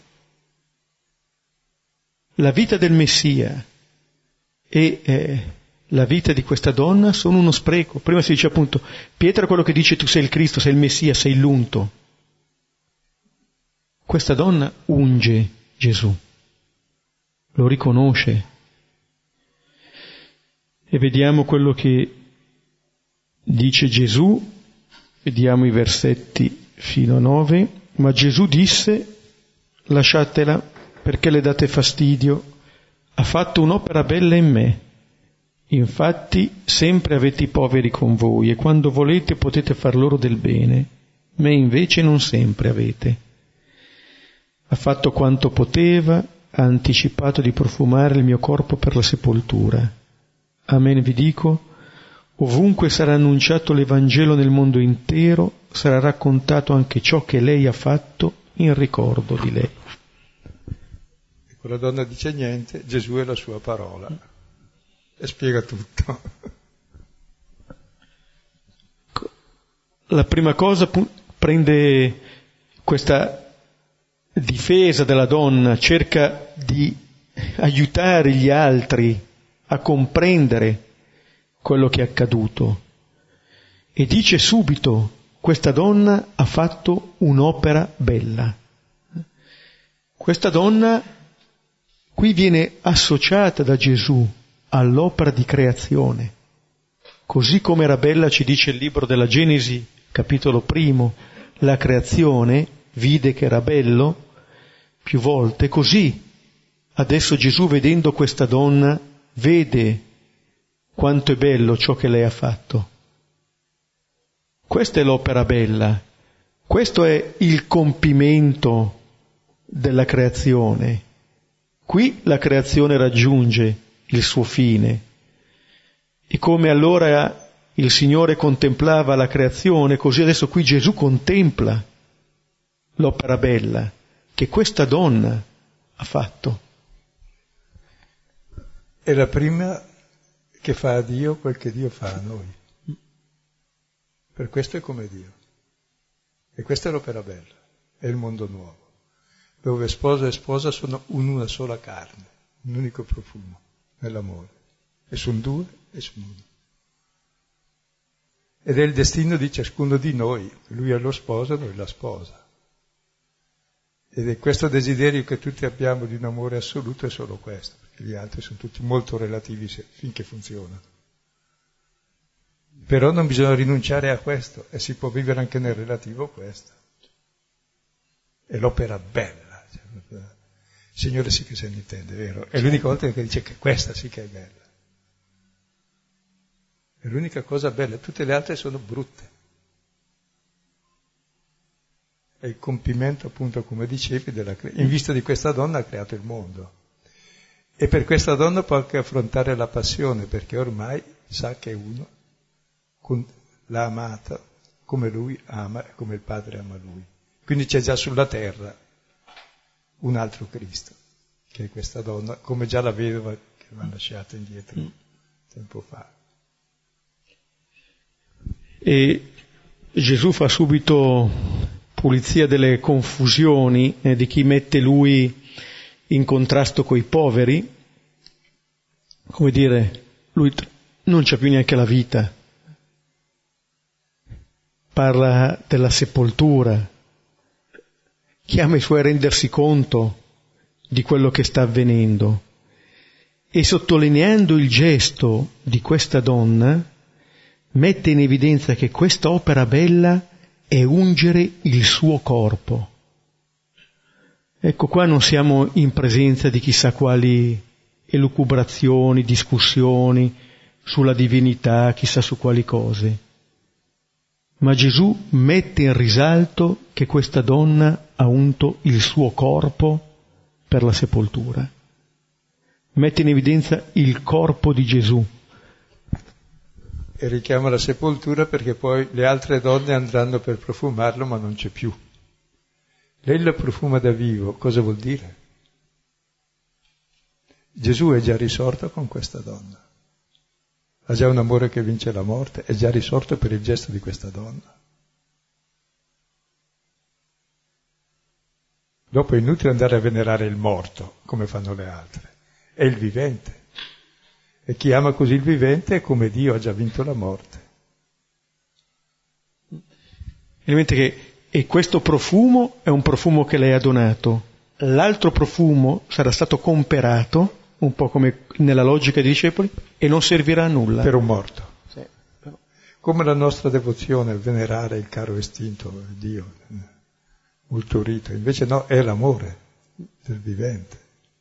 La vita del Messia e la vita di questa donna sono uno spreco. Prima si dice appunto, Pietro è quello che dice tu sei il Cristo, sei il Messia, sei l'unto. Questa donna unge Gesù, lo riconosce. E vediamo quello che dice Gesù, vediamo i versetti fino a 9. Ma Gesù disse, lasciatela perché le date fastidio, ha fatto un'opera bella in me. Infatti sempre avete i poveri con voi e quando volete potete far loro del bene, me invece non sempre avete. Ha fatto quanto poteva, ha anticipato di profumare il mio corpo per la sepoltura. Amen vi dico, ovunque sarà annunciato l'Evangelo nel mondo intero, sarà raccontato anche ciò che lei ha fatto in ricordo di lei. Quella donna dice niente, Gesù è la sua parola e spiega tutto. La prima cosa prende questa difesa della donna, cerca di aiutare gli altri a comprendere quello che è accaduto e dice subito: questa donna ha fatto un'opera bella. Questa donna qui viene associata da Gesù all'opera di creazione, così come era bella, ci dice il libro della Genesi, capitolo 1, la creazione vide che era bello più volte, così adesso Gesù, vedendo questa donna, vede quanto è bello ciò che lei ha fatto. Questa è l'opera bella, questo è il compimento della creazione. Qui la creazione raggiunge il suo fine. E come allora il Signore contemplava la creazione, così adesso qui Gesù contempla l'opera bella che questa donna ha fatto. È la prima che fa a Dio quel che Dio fa a noi. Per questo è come Dio. E questa è l'opera bella, è il mondo nuovo, dove sposo e sposa sono una sola carne, un unico profumo nell'amore. E sono due e sono uno. Ed è il destino di ciascuno di noi, lui è lo sposo, noi la sposa. Ed è questo desiderio che tutti abbiamo di un amore assoluto, è solo questo, perché gli altri sono tutti molto relativi finché funzionano. Però non bisogna rinunciare a questo, e si può vivere anche nel relativo questo. È l'opera bella. Il Signore sì che se ne intende, vero? È l'unica volta che dice che questa sì che è bella. È l'unica cosa bella, tutte le altre sono brutte. È il compimento, appunto, come dicevi, in vista di questa donna ha creato il mondo. E per questa donna può anche affrontare la passione, perché ormai sa che uno l'ha amata come lui ama e come il Padre ama lui. Quindi c'è già sulla terra un altro Cristo, che è questa donna, come già la vedova che l'ha lasciata indietro tempo fa. E Gesù fa subito pulizia delle confusioni di chi mette lui in contrasto coi poveri. Come dire, lui non c'ha più neanche la vita. Parla della sepoltura, chiama i suoi a rendersi conto di quello che sta avvenendo e, sottolineando il gesto di questa donna, mette in evidenza che questa opera bella è ungere il suo corpo. Ecco, qua non siamo in presenza di chissà quali elucubrazioni, discussioni sulla divinità, chissà su quali cose. Ma Gesù mette in risalto che questa donna ha unto il suo corpo per la sepoltura. Mette in evidenza il corpo di Gesù. E richiama la sepoltura perché poi le altre donne andranno per profumarlo, ma non c'è più. Lei lo profuma da vivo. Cosa vuol dire? Gesù è già risorto con questa donna. Ha già un amore che vince la morte, è già risorto per il gesto di questa donna. Dopo è inutile andare a venerare il morto, come fanno le altre. È il vivente. E chi ama così il vivente è come Dio ha già vinto la morte. E questo profumo è un profumo che lei ha donato. L'altro profumo sarà stato comperato, un po' come nella logica dei discepoli, e non servirà a nulla. Per un morto. Sì. Come la nostra devozione a venerare il caro estinto, Dio, molto rito. Invece no, è l'amore del vivente.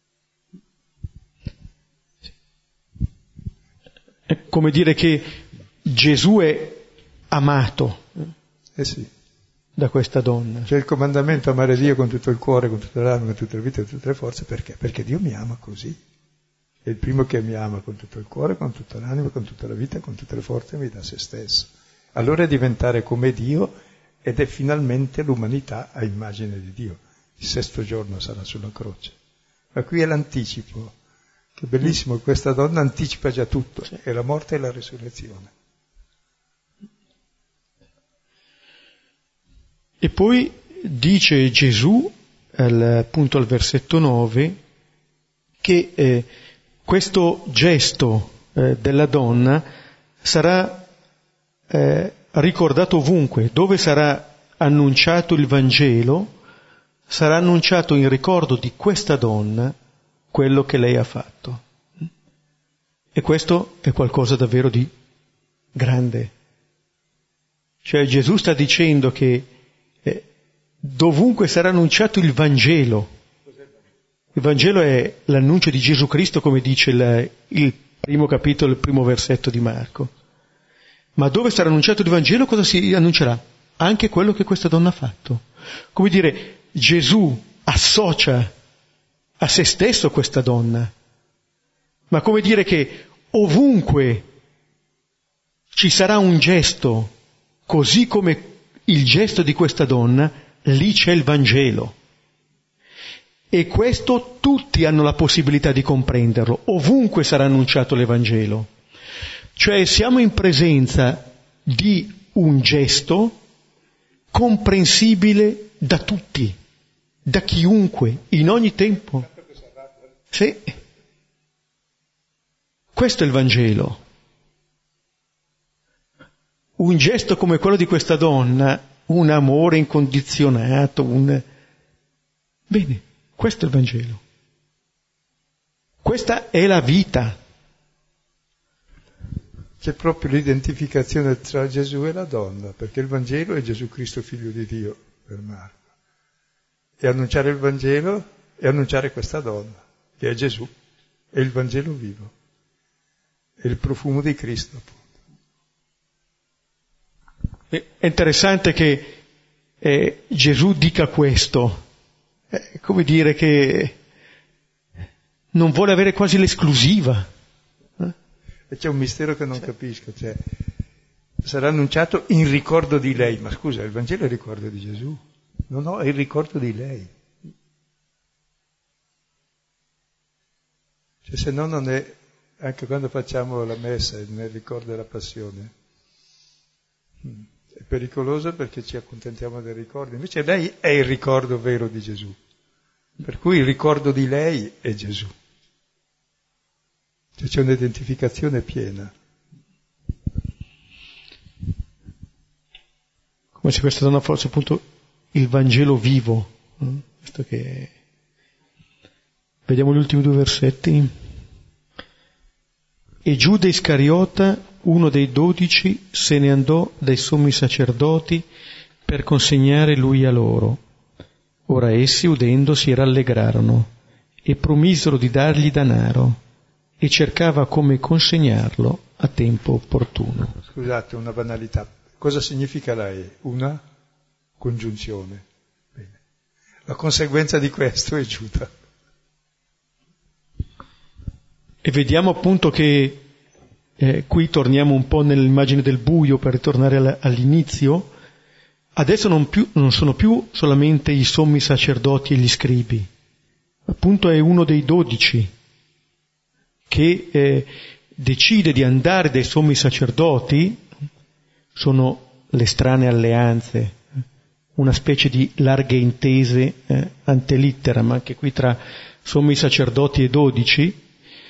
È come dire che Gesù è amato Sì. da questa donna. C'è il comandamento amare Dio con tutto il cuore, con tutta l'anima, con tutta la vita e con tutte le forze. Perché? Perché Dio mi ama così. È il primo che mi ama con tutto il cuore, con tutta l'anima, con tutta la vita e con tutte le forze, mi dà se stesso. Allora è diventare come Dio ed è finalmente l'umanità a immagine di Dio. Il 6° giorno sarà sulla croce. Ma qui è l'anticipo. Che bellissimo, questa donna anticipa già tutto, è la morte e la resurrezione. E poi dice Gesù, appunto al versetto 9, che questo gesto della donna sarà ricordato ovunque, dove sarà annunciato il Vangelo, sarà annunciato in ricordo di questa donna quello che lei ha fatto. E questo è qualcosa davvero di grande. Cioè Gesù sta dicendo che dovunque sarà annunciato il Vangelo. Il Vangelo è l'annuncio di Gesù Cristo, come dice il primo capitolo, il primo versetto di Marco. Ma dove sarà annunciato il Vangelo, cosa si annuncerà? Anche quello che questa donna ha fatto. Come dire, Gesù associa a se stesso questa donna, ma come dire che ovunque ci sarà un gesto, così come il gesto di questa donna, lì c'è il Vangelo. E questo tutti hanno la possibilità di comprenderlo, ovunque sarà annunciato l'Evangelo. Cioè siamo in presenza di un gesto comprensibile da tutti, da chiunque, in ogni tempo. Sì. Questo è il Vangelo. Un gesto come quello di questa donna, un amore incondizionato, Bene, questo è il Vangelo. Questa è la vita. C'è proprio l'identificazione tra Gesù e la donna, perché il Vangelo è Gesù Cristo, figlio di Dio, per Marco. E annunciare il Vangelo è annunciare questa donna, che è Gesù, è il Vangelo vivo, è il profumo di Cristo, appunto. È interessante che Gesù dica questo, è come dire che non vuole avere quasi l'esclusiva. E c'è un mistero che non capisco, cioè sarà annunciato in ricordo di lei, ma scusa, il Vangelo è il ricordo di Gesù, no, è il ricordo di lei. Cioè se no non è, anche quando facciamo la messa nel ricordo della passione, è pericoloso perché ci accontentiamo del ricordo, invece lei è il ricordo vero di Gesù, per cui il ricordo di lei è Gesù. Cioè c'è un'identificazione piena. Come se questa donna fosse appunto il Vangelo vivo. Questo che... Vediamo gli ultimi 2 versetti. E Giuda Iscariota, uno dei 12, se ne andò dai sommi sacerdoti per consegnare lui a loro. Ora essi, udendo, si rallegrarono e promisero di dargli denaro, e cercava come consegnarlo a tempo opportuno. Scusate, una banalità. Cosa significa la E? Una congiunzione. Bene. La conseguenza di questo è Giuda. E vediamo appunto che qui torniamo un po' nell'immagine del buio per ritornare all'inizio. Adesso non sono più solamente i sommi sacerdoti e gli scribi, appunto è uno dei 12 che decide di andare dai sommi sacerdoti. Sono le strane alleanze, una specie di larghe intese ante litteram, anche qui tra sommi sacerdoti e 12,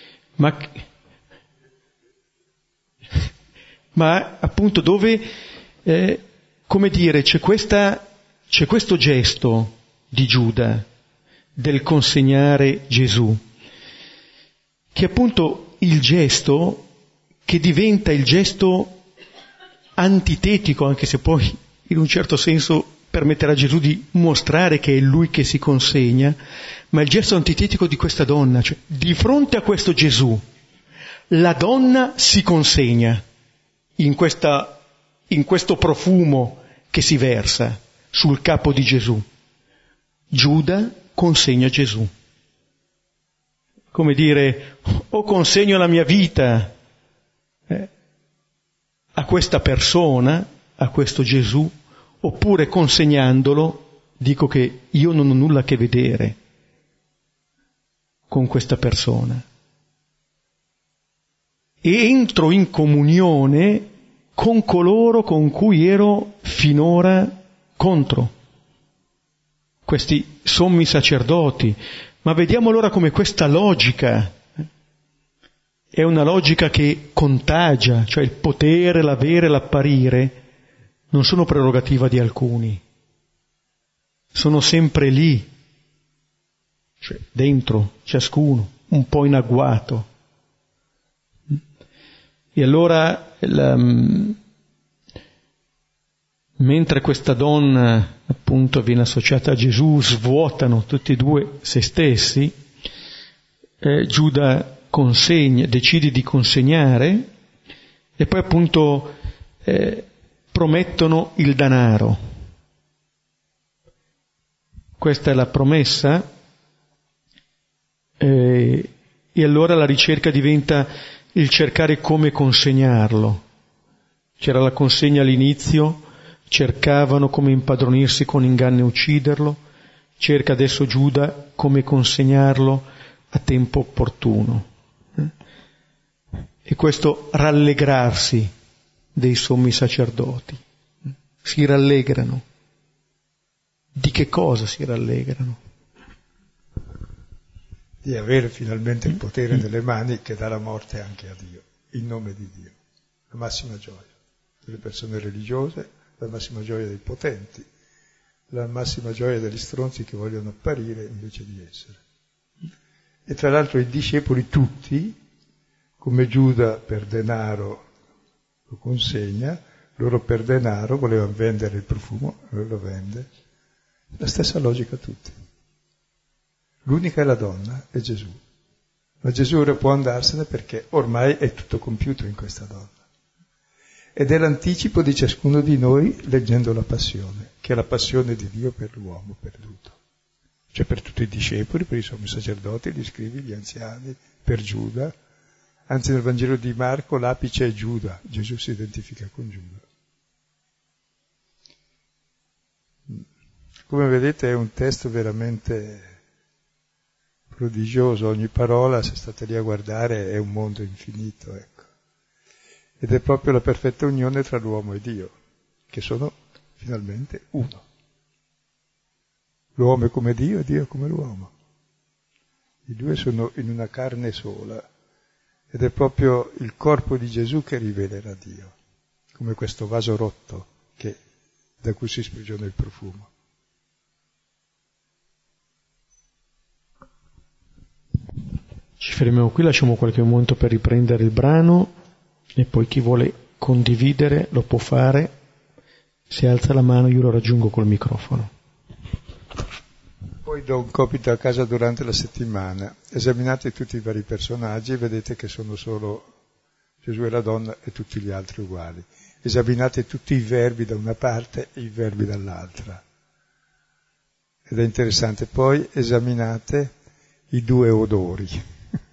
ma appunto dove, come dire, c'è questo gesto di Giuda del consegnare Gesù, che è appunto il gesto che diventa il gesto antitetico, anche se poi in un certo senso permetterà a Gesù di mostrare che è lui che si consegna, ma il gesto antitetico di questa donna, cioè di fronte a questo Gesù, la donna si consegna in questo profumo che si versa sul capo di Gesù. Giuda consegna Gesù. Come dire, o consegno la mia vita a questa persona, a questo Gesù, oppure consegnandolo dico che io non ho nulla a che vedere. con questa persona e entro in comunione con coloro con cui ero finora contro, questi sommi sacerdoti. Ma vediamo allora come questa logica è una logica che contagia, cioè il potere, l'avere, l'apparire non sono prerogativa di alcuni, sono sempre lì, cioè dentro ciascuno, un po' in agguato. E allora, mentre questa donna appunto viene associata a Gesù, svuotano tutti e due se stessi, Giuda decide di consegnare e poi appunto promettono il denaro. Questa è la promessa e allora la ricerca diventa il cercare come consegnarlo. C'era la consegna all'inizio, cercavano come impadronirsi con inganno e ucciderlo, cerca adesso Giuda come consegnarlo a tempo opportuno. E questo rallegrarsi dei sommi sacerdoti. Si rallegrano. Di che cosa si rallegrano? Di avere finalmente il potere nelle mani che dà la morte anche a Dio, in nome di Dio. La massima gioia delle persone religiose, la massima gioia dei potenti, la massima gioia degli stronzi che vogliono apparire invece di essere. E tra l'altro i discepoli tutti, come Giuda per denaro lo consegna, loro per denaro volevano vendere il profumo, lui lo vende. La stessa logica tutti. L'unica è la donna, è Gesù. Ma Gesù ora può andarsene perché ormai è tutto compiuto in questa donna. Ed è l'anticipo di ciascuno di noi leggendo la passione, che è la passione di Dio per l'uomo perduto. Cioè per tutti i discepoli, per i sommi sacerdoti, gli scrivi, gli anziani, per Giuda. Anzi nel Vangelo di Marco l'apice è Giuda, Gesù si identifica con Giuda. Come vedete è un testo veramente prodigioso, ogni parola, se state lì a guardare, è un mondo infinito, ecco. Ed è proprio la perfetta unione tra l'uomo e Dio, che sono finalmente uno. L'uomo è come Dio e Dio è come l'uomo. I due sono in una carne sola ed è proprio il corpo di Gesù che rivelerà Dio, come questo vaso rotto da cui si sprigiona il profumo. Ci fermiamo qui, lasciamo qualche momento per riprendere il brano e poi chi vuole condividere lo può fare. Se alza la mano io lo raggiungo col microfono. Poi do un compito a casa durante la settimana. Esaminate tutti i vari personaggi e vedete che sono solo Gesù e la donna e tutti gli altri uguali. Esaminate tutti i verbi da una parte e i verbi dall'altra. Ed è interessante. Poi esaminate i due odori.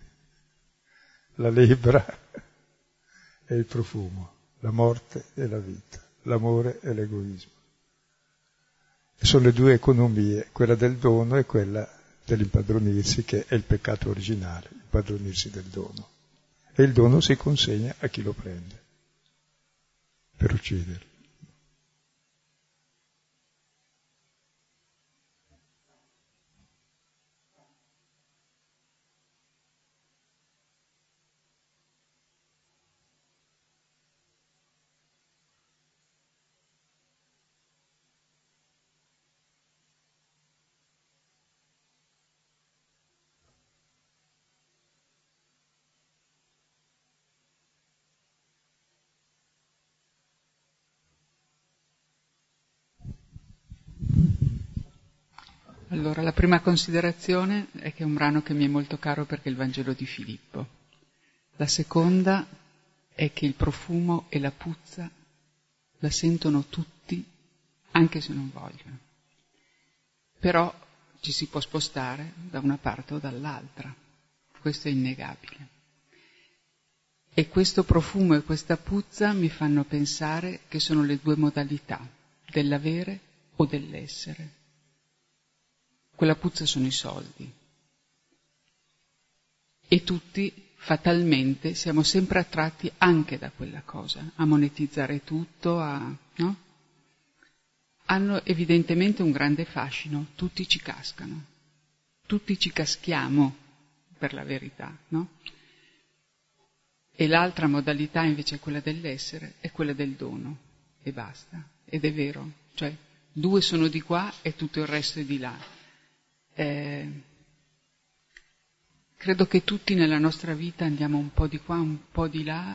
La lebbra e il profumo, la morte e la vita, l'amore e l'egoismo. E sono le due economie, quella del dono e quella dell'impadronirsi, che è il peccato originale, impadronirsi del dono. E il dono si consegna a chi lo prende, per ucciderlo. Allora, la prima considerazione è che è un brano che mi è molto caro perché è il Vangelo di Filippo. La seconda è che il profumo e la puzza la sentono tutti, anche se non vogliono. Però ci si può spostare da una parte o dall'altra, questo è innegabile. E questo profumo e questa puzza mi fanno pensare che sono le due modalità, dell'avere o dell'essere. Quella puzza sono i soldi. E tutti, fatalmente, siamo sempre attratti anche da quella cosa, a monetizzare tutto, no? Hanno evidentemente un grande fascino, tutti ci cascano, tutti ci caschiamo, per la verità, no? E l'altra modalità invece è quella dell'essere, è quella del dono, e basta. Ed è vero, cioè 2 sono di qua e tutto il resto è di là. Credo che tutti nella nostra vita andiamo un po' di qua, un po' di là,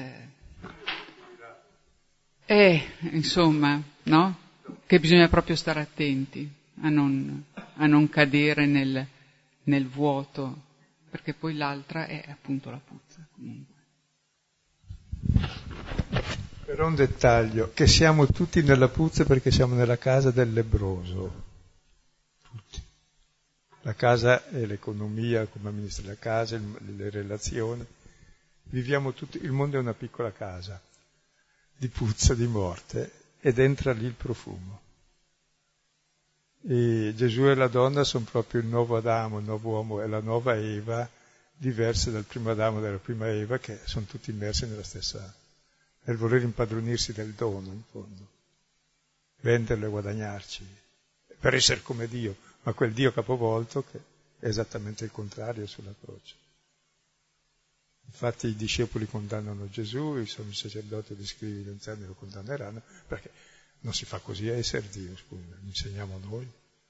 insomma, no? Che bisogna proprio stare attenti a non cadere nel vuoto, perché poi l'altra è appunto la puzza, comunque. Però un dettaglio, che siamo tutti nella puzza perché siamo nella casa del lebbroso. Tutti. La casa è l'economia, come amministra la casa, le relazioni. Viviamo tutti, il mondo è una piccola casa di puzza, di morte, ed entra lì il profumo. E Gesù e la donna sono proprio il nuovo Adamo, il nuovo uomo e la nuova Eva, diverse dal primo Adamo e dalla prima Eva, che sono tutti immersi nel voler impadronirsi del dono, in fondo. Venderlo e guadagnarci, per essere come Dio, ma quel Dio capovolto che è esattamente il contrario sulla croce. Infatti i discepoli condannano Gesù, i sommi sacerdoti e gli scribi, gli anziani lo condanneranno, perché non si fa così a essere Dio, scusa, lo insegniamo noi.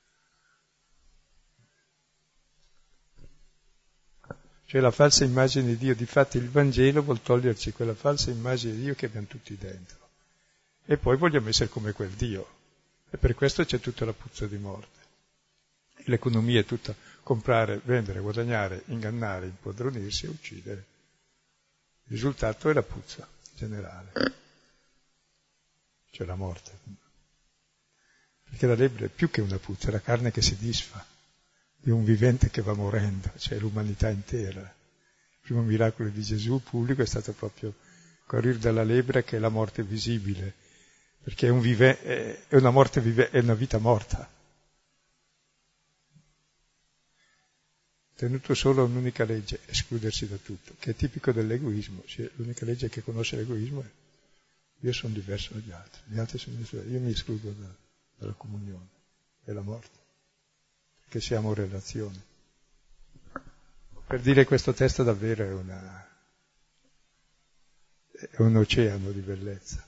Cioè la falsa immagine di Dio, difatti il Vangelo vuol toglierci quella falsa immagine di Dio che abbiamo tutti dentro. E poi vogliamo essere come quel Dio. E per questo c'è tutta la puzza di morte. L'economia è tutta comprare, vendere, guadagnare, ingannare, impadronirsi e uccidere. Il risultato è la puzza generale, cioè la morte. Perché la lebbra è più che una puzza, è la carne che si disfa di un vivente che va morendo, cioè l'umanità intera. Il primo miracolo di Gesù pubblico è stato proprio guarire dalla lebbra, che è la morte visibile, perché è una morte è una vita morta. Tenuto solo un'unica legge, escludersi da tutto, che è tipico dell'egoismo. Cioè, l'unica legge che conosce l'egoismo è: io sono diverso dagli altri sono diversi, io mi escludo dalla comunione e la morte, perché siamo relazioni. Per dire questo testo davvero è un oceano di bellezza.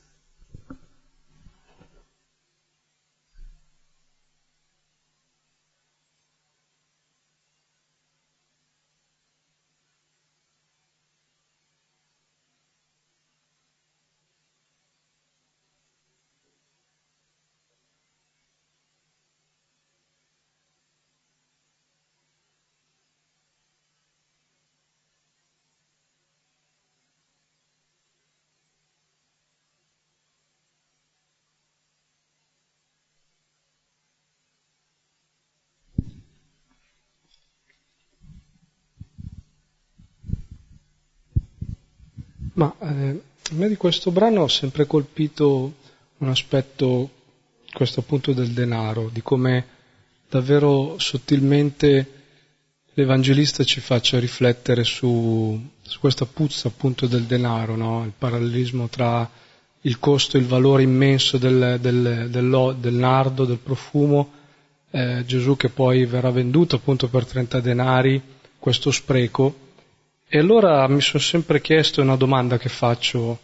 Ma a me di questo brano ho sempre colpito un aspetto, questo appunto del denaro, di come davvero sottilmente l'Evangelista ci faccia riflettere su questa puzza appunto del denaro, no? Il parallelismo tra il costo e il valore immenso del nardo, del profumo, Gesù che poi verrà venduto appunto per 30 denari, questo spreco. E allora mi sono sempre chiesto, una domanda che faccio,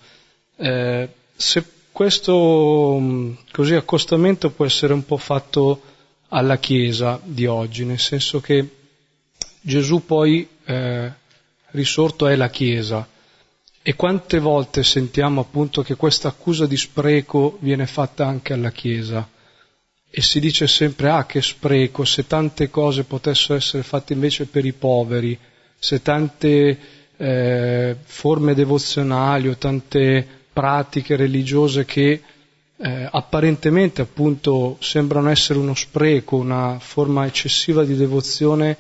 se questo così accostamento può essere un po' fatto alla Chiesa di oggi, nel senso che Gesù poi risorto è la Chiesa, e quante volte sentiamo appunto che questa accusa di spreco viene fatta anche alla Chiesa, e si dice sempre che spreco, se tante cose potessero essere fatte invece per i poveri, se tante forme devozionali o tante pratiche religiose che apparentemente appunto sembrano essere uno spreco, una forma eccessiva di devozione,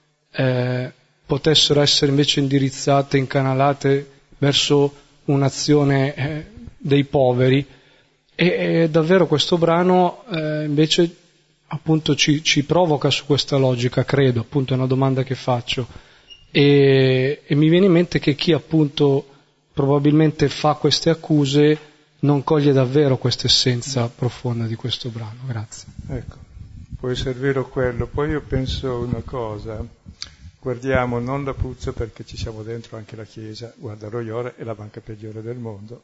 potessero essere invece indirizzate, incanalate verso un'azione dei poveri. E davvero questo brano invece appunto ci provoca su questa logica, credo, appunto è una domanda che faccio. E mi viene in mente che chi appunto probabilmente fa queste accuse non coglie davvero questa essenza profonda di questo brano. Grazie. Ecco, può essere vero quello. Poi io penso una cosa, guardiamo non la puzza perché ci siamo dentro anche la Chiesa, guarda Royore è la banca peggiore del mondo.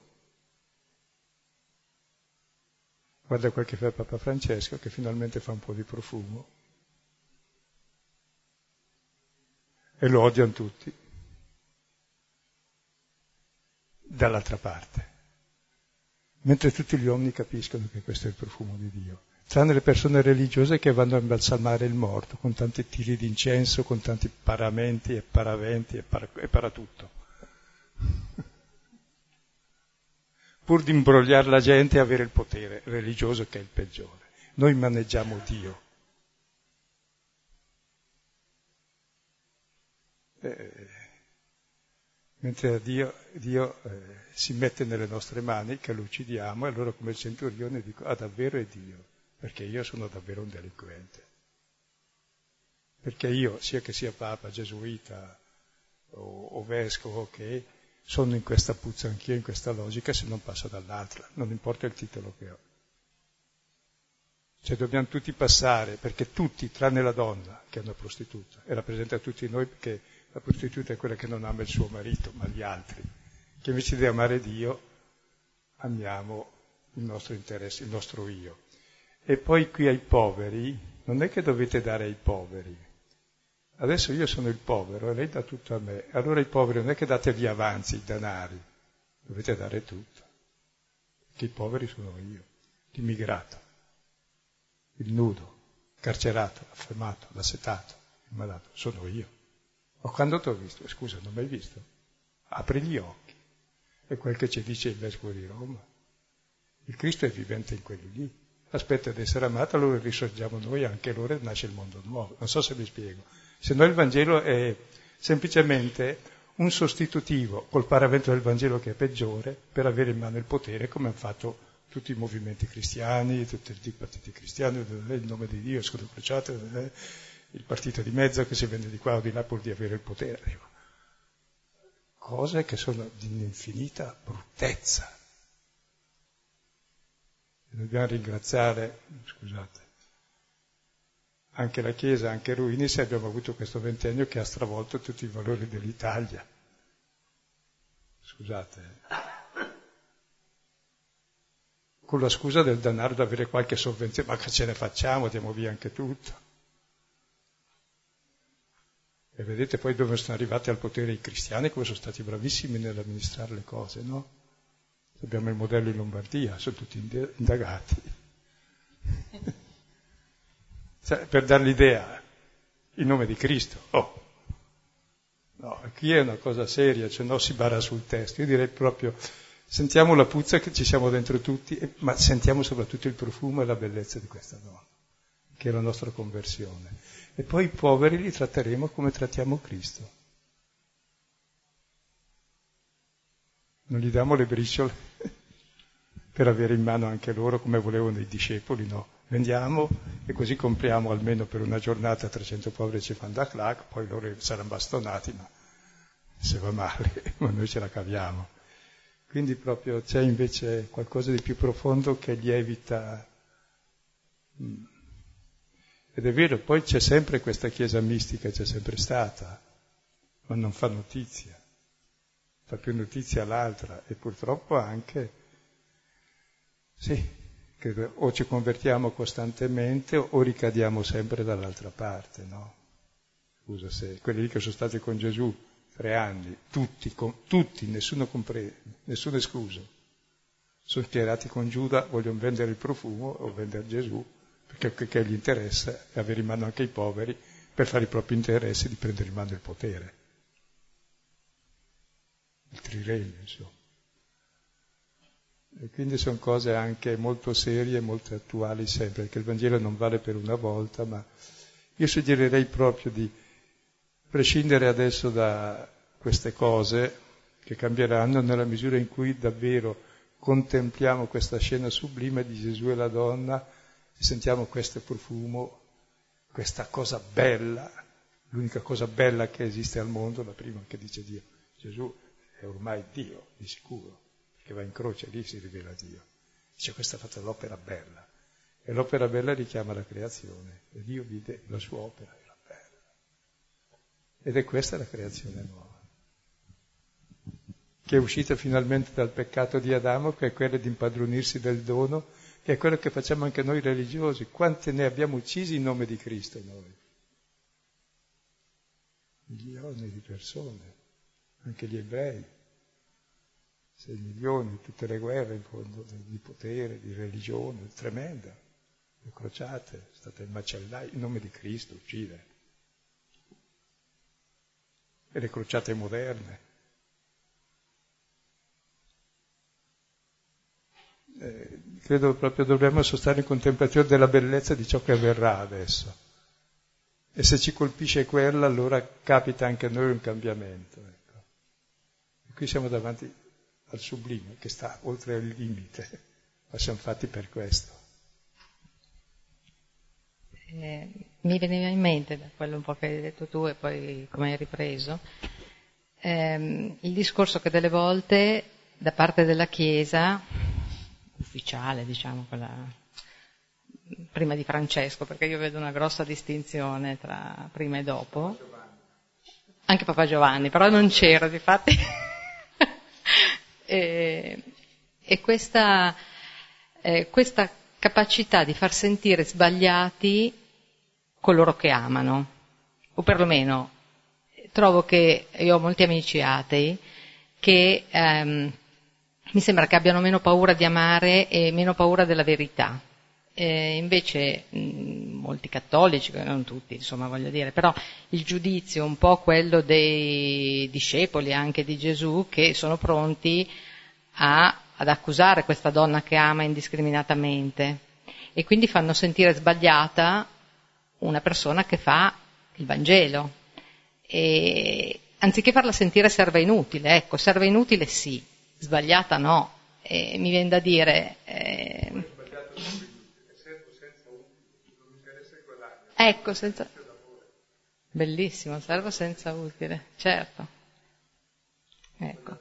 Guarda quel che fa il Papa Francesco che finalmente fa un po' di profumo. E lo odiano tutti. Dall'altra parte. Mentre tutti gli uomini capiscono che questo è il profumo di Dio. Tranne le persone religiose che vanno a imbalsamare il morto con tanti tiri di incenso, con tanti paramenti e paraventi e paratutto. Pur di imbrogliare la gente e avere il potere religioso che è il peggiore. Noi maneggiamo Dio. Mentre Dio si mette nelle nostre mani che lo uccidiamo e allora come il centurione dico davvero è Dio, perché io sono davvero un delinquente. Perché io, sia che sia Papa, Gesuita o Vescovo, che sono in questa puzza anch'io, in questa logica, se non passo dall'altra, non importa il titolo che ho. Cioè dobbiamo tutti passare, perché tutti, tranne la donna, che è una prostituta, e rappresenta tutti noi perché la prostituta è quella che non ama il suo marito, ma gli altri, che invece di amare Dio amiamo il nostro interesse, il nostro io. E poi qui ai poveri, non è che dovete dare ai poveri. Adesso io sono il povero e lei dà tutto a me. Allora ai poveri non è che date gli avanzi, i denari, dovete dare tutto. Perché i poveri sono io, l'immigrato, il nudo, il carcerato, l'affamato, l'assetato, il malato, sono io. O quando ti ho visto? Scusa, non mi hai visto? Apri gli occhi. È quel che ci dice il Vescovo di Roma. Il Cristo è vivente in quelli lì. Aspetta ad essere amato, allora risorgiamo noi, anche loro, e nasce il mondo nuovo. Non so se mi spiego. Se no il Vangelo è semplicemente un sostitutivo col paravento del Vangelo che è peggiore per avere in mano il potere, come hanno fatto tutti i movimenti cristiani, tutti i partiti cristiani, il nome di Dio, scudo crociato, il partito di mezzo che si vende di qua o di là pur di avere il potere. Cose che sono di un'infinita bruttezza. E dobbiamo ringraziare, scusate, anche la Chiesa, anche Ruini, se abbiamo avuto questo ventennio che ha stravolto tutti i valori dell'Italia. Scusate. Con la scusa del denaro da avere qualche sovvenzione, ma che ce ne facciamo, diamo via anche tutto. E vedete poi dove sono arrivati al potere i cristiani, come sono stati bravissimi nell'amministrare le cose, no? Abbiamo il modello in Lombardia, sono tutti indagati. Cioè, per dare l'idea, in nome di Cristo. No, qui è una cosa seria, cioè no, si bara sul testo. Io direi proprio, sentiamo la puzza che ci siamo dentro tutti, ma sentiamo soprattutto il profumo e la bellezza di questa donna, che è la nostra conversione. E poi i poveri li tratteremo come trattiamo Cristo. Non gli diamo le briciole per avere in mano anche loro come volevano i discepoli, no. Vendiamo e così compriamo almeno per una giornata 300 poveri ci fanno da clac, poi loro saranno bastonati, ma se va male, ma noi ce la caviamo. Quindi proprio c'è invece qualcosa di più profondo che lievita. Ed è vero, poi c'è sempre questa chiesa mistica, c'è sempre stata, ma non fa notizia, fa più notizia l'altra e purtroppo anche, sì, che o ci convertiamo costantemente o ricadiamo sempre dall'altra parte, no? Scusa, se quelli lì che sono stati con Gesù 3 anni, tutti, nessuno escluso, sono schierati con Giuda, vogliono vendere il profumo o vendere Gesù, perché che gli interessa è avere in mano anche i poveri per fare i propri interessi di prendere in mano il potere. Il triregno, insomma. E quindi sono cose anche molto serie e molto attuali sempre, perché il Vangelo non vale per una volta, ma io suggerirei proprio di prescindere adesso da queste cose che cambieranno nella misura in cui davvero contempliamo questa scena sublime di Gesù e la donna, sentiamo questo profumo, questa cosa bella l'unica cosa bella che esiste al mondo, la prima che dice Dio. Gesù è ormai Dio, di sicuro, perché va in croce, lì si rivela Dio. Dice, questa è fatta l'opera bella. E l'opera bella richiama la creazione. E Dio vide la sua opera, era bella. Ed è questa la creazione nuova, che è uscita finalmente dal peccato di Adamo, che è quella di impadronirsi del dono, che è quello che facciamo anche noi religiosi. Quante ne abbiamo uccisi in nome di Cristo noi? Milioni di persone, anche gli ebrei, 6 milioni, tutte le guerre in fondo, di potere, di religione, tremenda, le crociate, state macellai in nome di Cristo, uccide. E le crociate moderne. Credo proprio dovremmo sostare in contemplazione della bellezza di ciò che avverrà adesso. E se ci colpisce quella, allora capita anche a noi un cambiamento. Ecco. E qui siamo davanti al sublime, che sta oltre il limite, ma siamo fatti per questo. Mi veniva in mente, da quello un po' che hai detto tu e poi come hai ripreso, il discorso che delle volte da parte della Chiesa, ufficiale, diciamo, quella prima di Francesco, perché io vedo una grossa distinzione tra prima e dopo, anche Papa Giovanni, però non c'ero, difatti, e questa capacità di far sentire sbagliati coloro che amano, o perlomeno trovo che io ho molti amici atei che mi sembra che abbiano meno paura di amare e meno paura della verità. Invece molti cattolici, non tutti, insomma, voglio dire, però il giudizio un po' quello dei discepoli anche di Gesù, che sono pronti ad accusare questa donna che ama indiscriminatamente e quindi fanno sentire sbagliata una persona che fa il Vangelo, e anziché farla sentire serva inutile, ecco, serva inutile sì, sbagliata no, e mi viene da dire ecco, senza... bellissimo, servo senza utile, certo, ecco.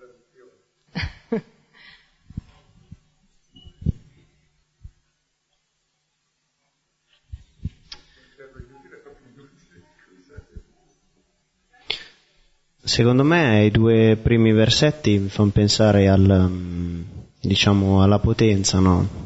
Secondo me i 2 primi versetti mi fanno pensare diciamo alla potenza, no?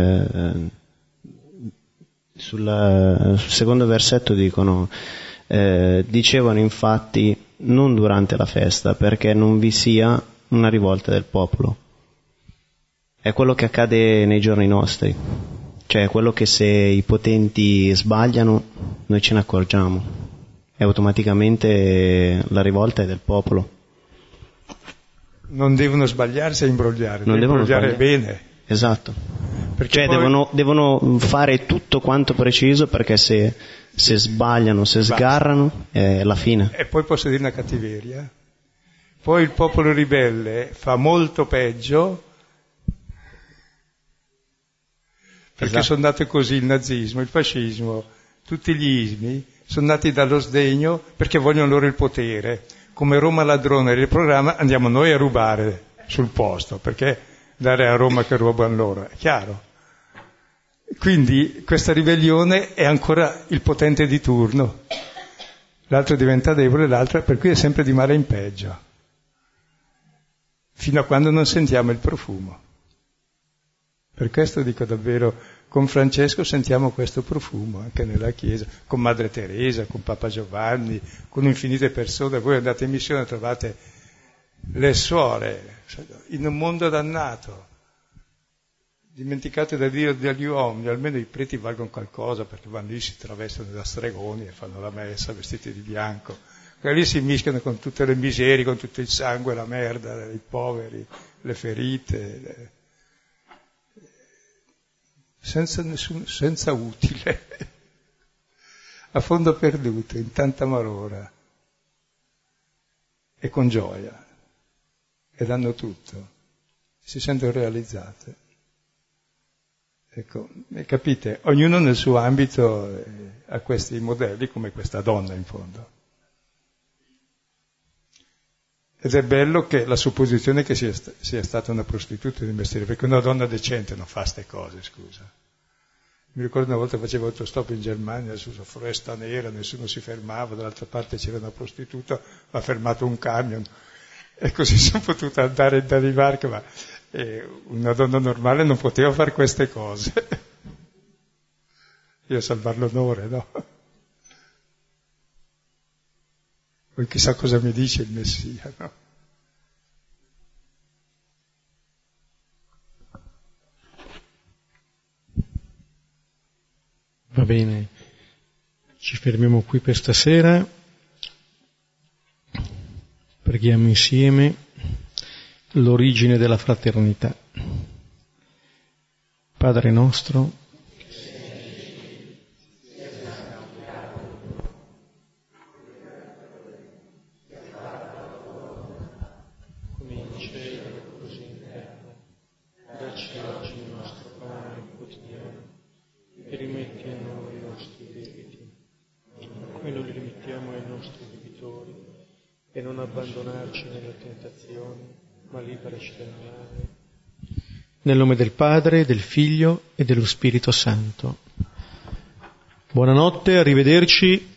Sul secondo versetto dicevano infatti non durante la festa, perché non vi sia una rivolta del popolo. È quello che accade nei giorni nostri, cioè quello che se i potenti sbagliano noi ce ne accorgiamo e automaticamente la rivolta è del popolo. Non devono sbagliarsi e imbrogliare, non devono imbrogliare bene. Esatto. Perché cioè poi... devono fare tutto quanto preciso, perché se sbagliano, se sgarrano, è la fine. E poi posso dire una cattiveria. Poi il popolo ribelle fa molto peggio, perché esatto. Sono nate così il nazismo, il fascismo, tutti gli ismi, sono nati dallo sdegno perché vogliono loro il potere. Come Roma ladrone del programma, andiamo noi a rubare sul posto, perché dare a Roma che rubano loro, è chiaro. Quindi questa ribellione è ancora il potente di turno, l'altro diventa debole, l'altro, per cui è sempre di male in peggio, fino a quando non sentiamo il profumo. Per questo dico davvero, con Francesco sentiamo questo profumo anche nella Chiesa, con Madre Teresa, con Papa Giovanni, con infinite persone. Voi andate in missione e trovate le suore in un mondo dannato, dimenticate da Dio dagli uomini. Almeno i preti valgono qualcosa, perché vanno lì, si travestono da stregoni e fanno la messa vestiti di bianco. E lì si mischiano con tutte le miserie, con tutto il sangue, la merda, i poveri, le ferite, senza utile, a fondo perduto, in tanta malora, e con gioia, e danno tutto, si sentono realizzate. Ecco, capite? Ognuno nel suo ambito ha questi modelli, come questa donna in fondo. Ed è bello che la supposizione che sia stata una prostituta di mestiere, perché una donna decente non fa ste cose, scusa. Mi ricordo una volta facevo autostop in Germania, su una foresta nera, nessuno si fermava, dall'altra parte c'era una prostituta, ha fermato un camion, e così sono potuto andare in Danimarca, ma una donna normale non poteva fare queste cose. Io salvar l'onore, no? Poi chissà cosa mi dice il Messia, no? Va bene, ci fermiamo qui per stasera, preghiamo insieme l'origine della fraternità. Padre nostro, rimetti a noi i nostri debiti, come noi li rimettiamo ai nostri debitori, e non abbandonarci nelle tentazioni, ma liberaci dal male. Nel nome del Padre, del Figlio e dello Spirito Santo. Buonanotte, arrivederci.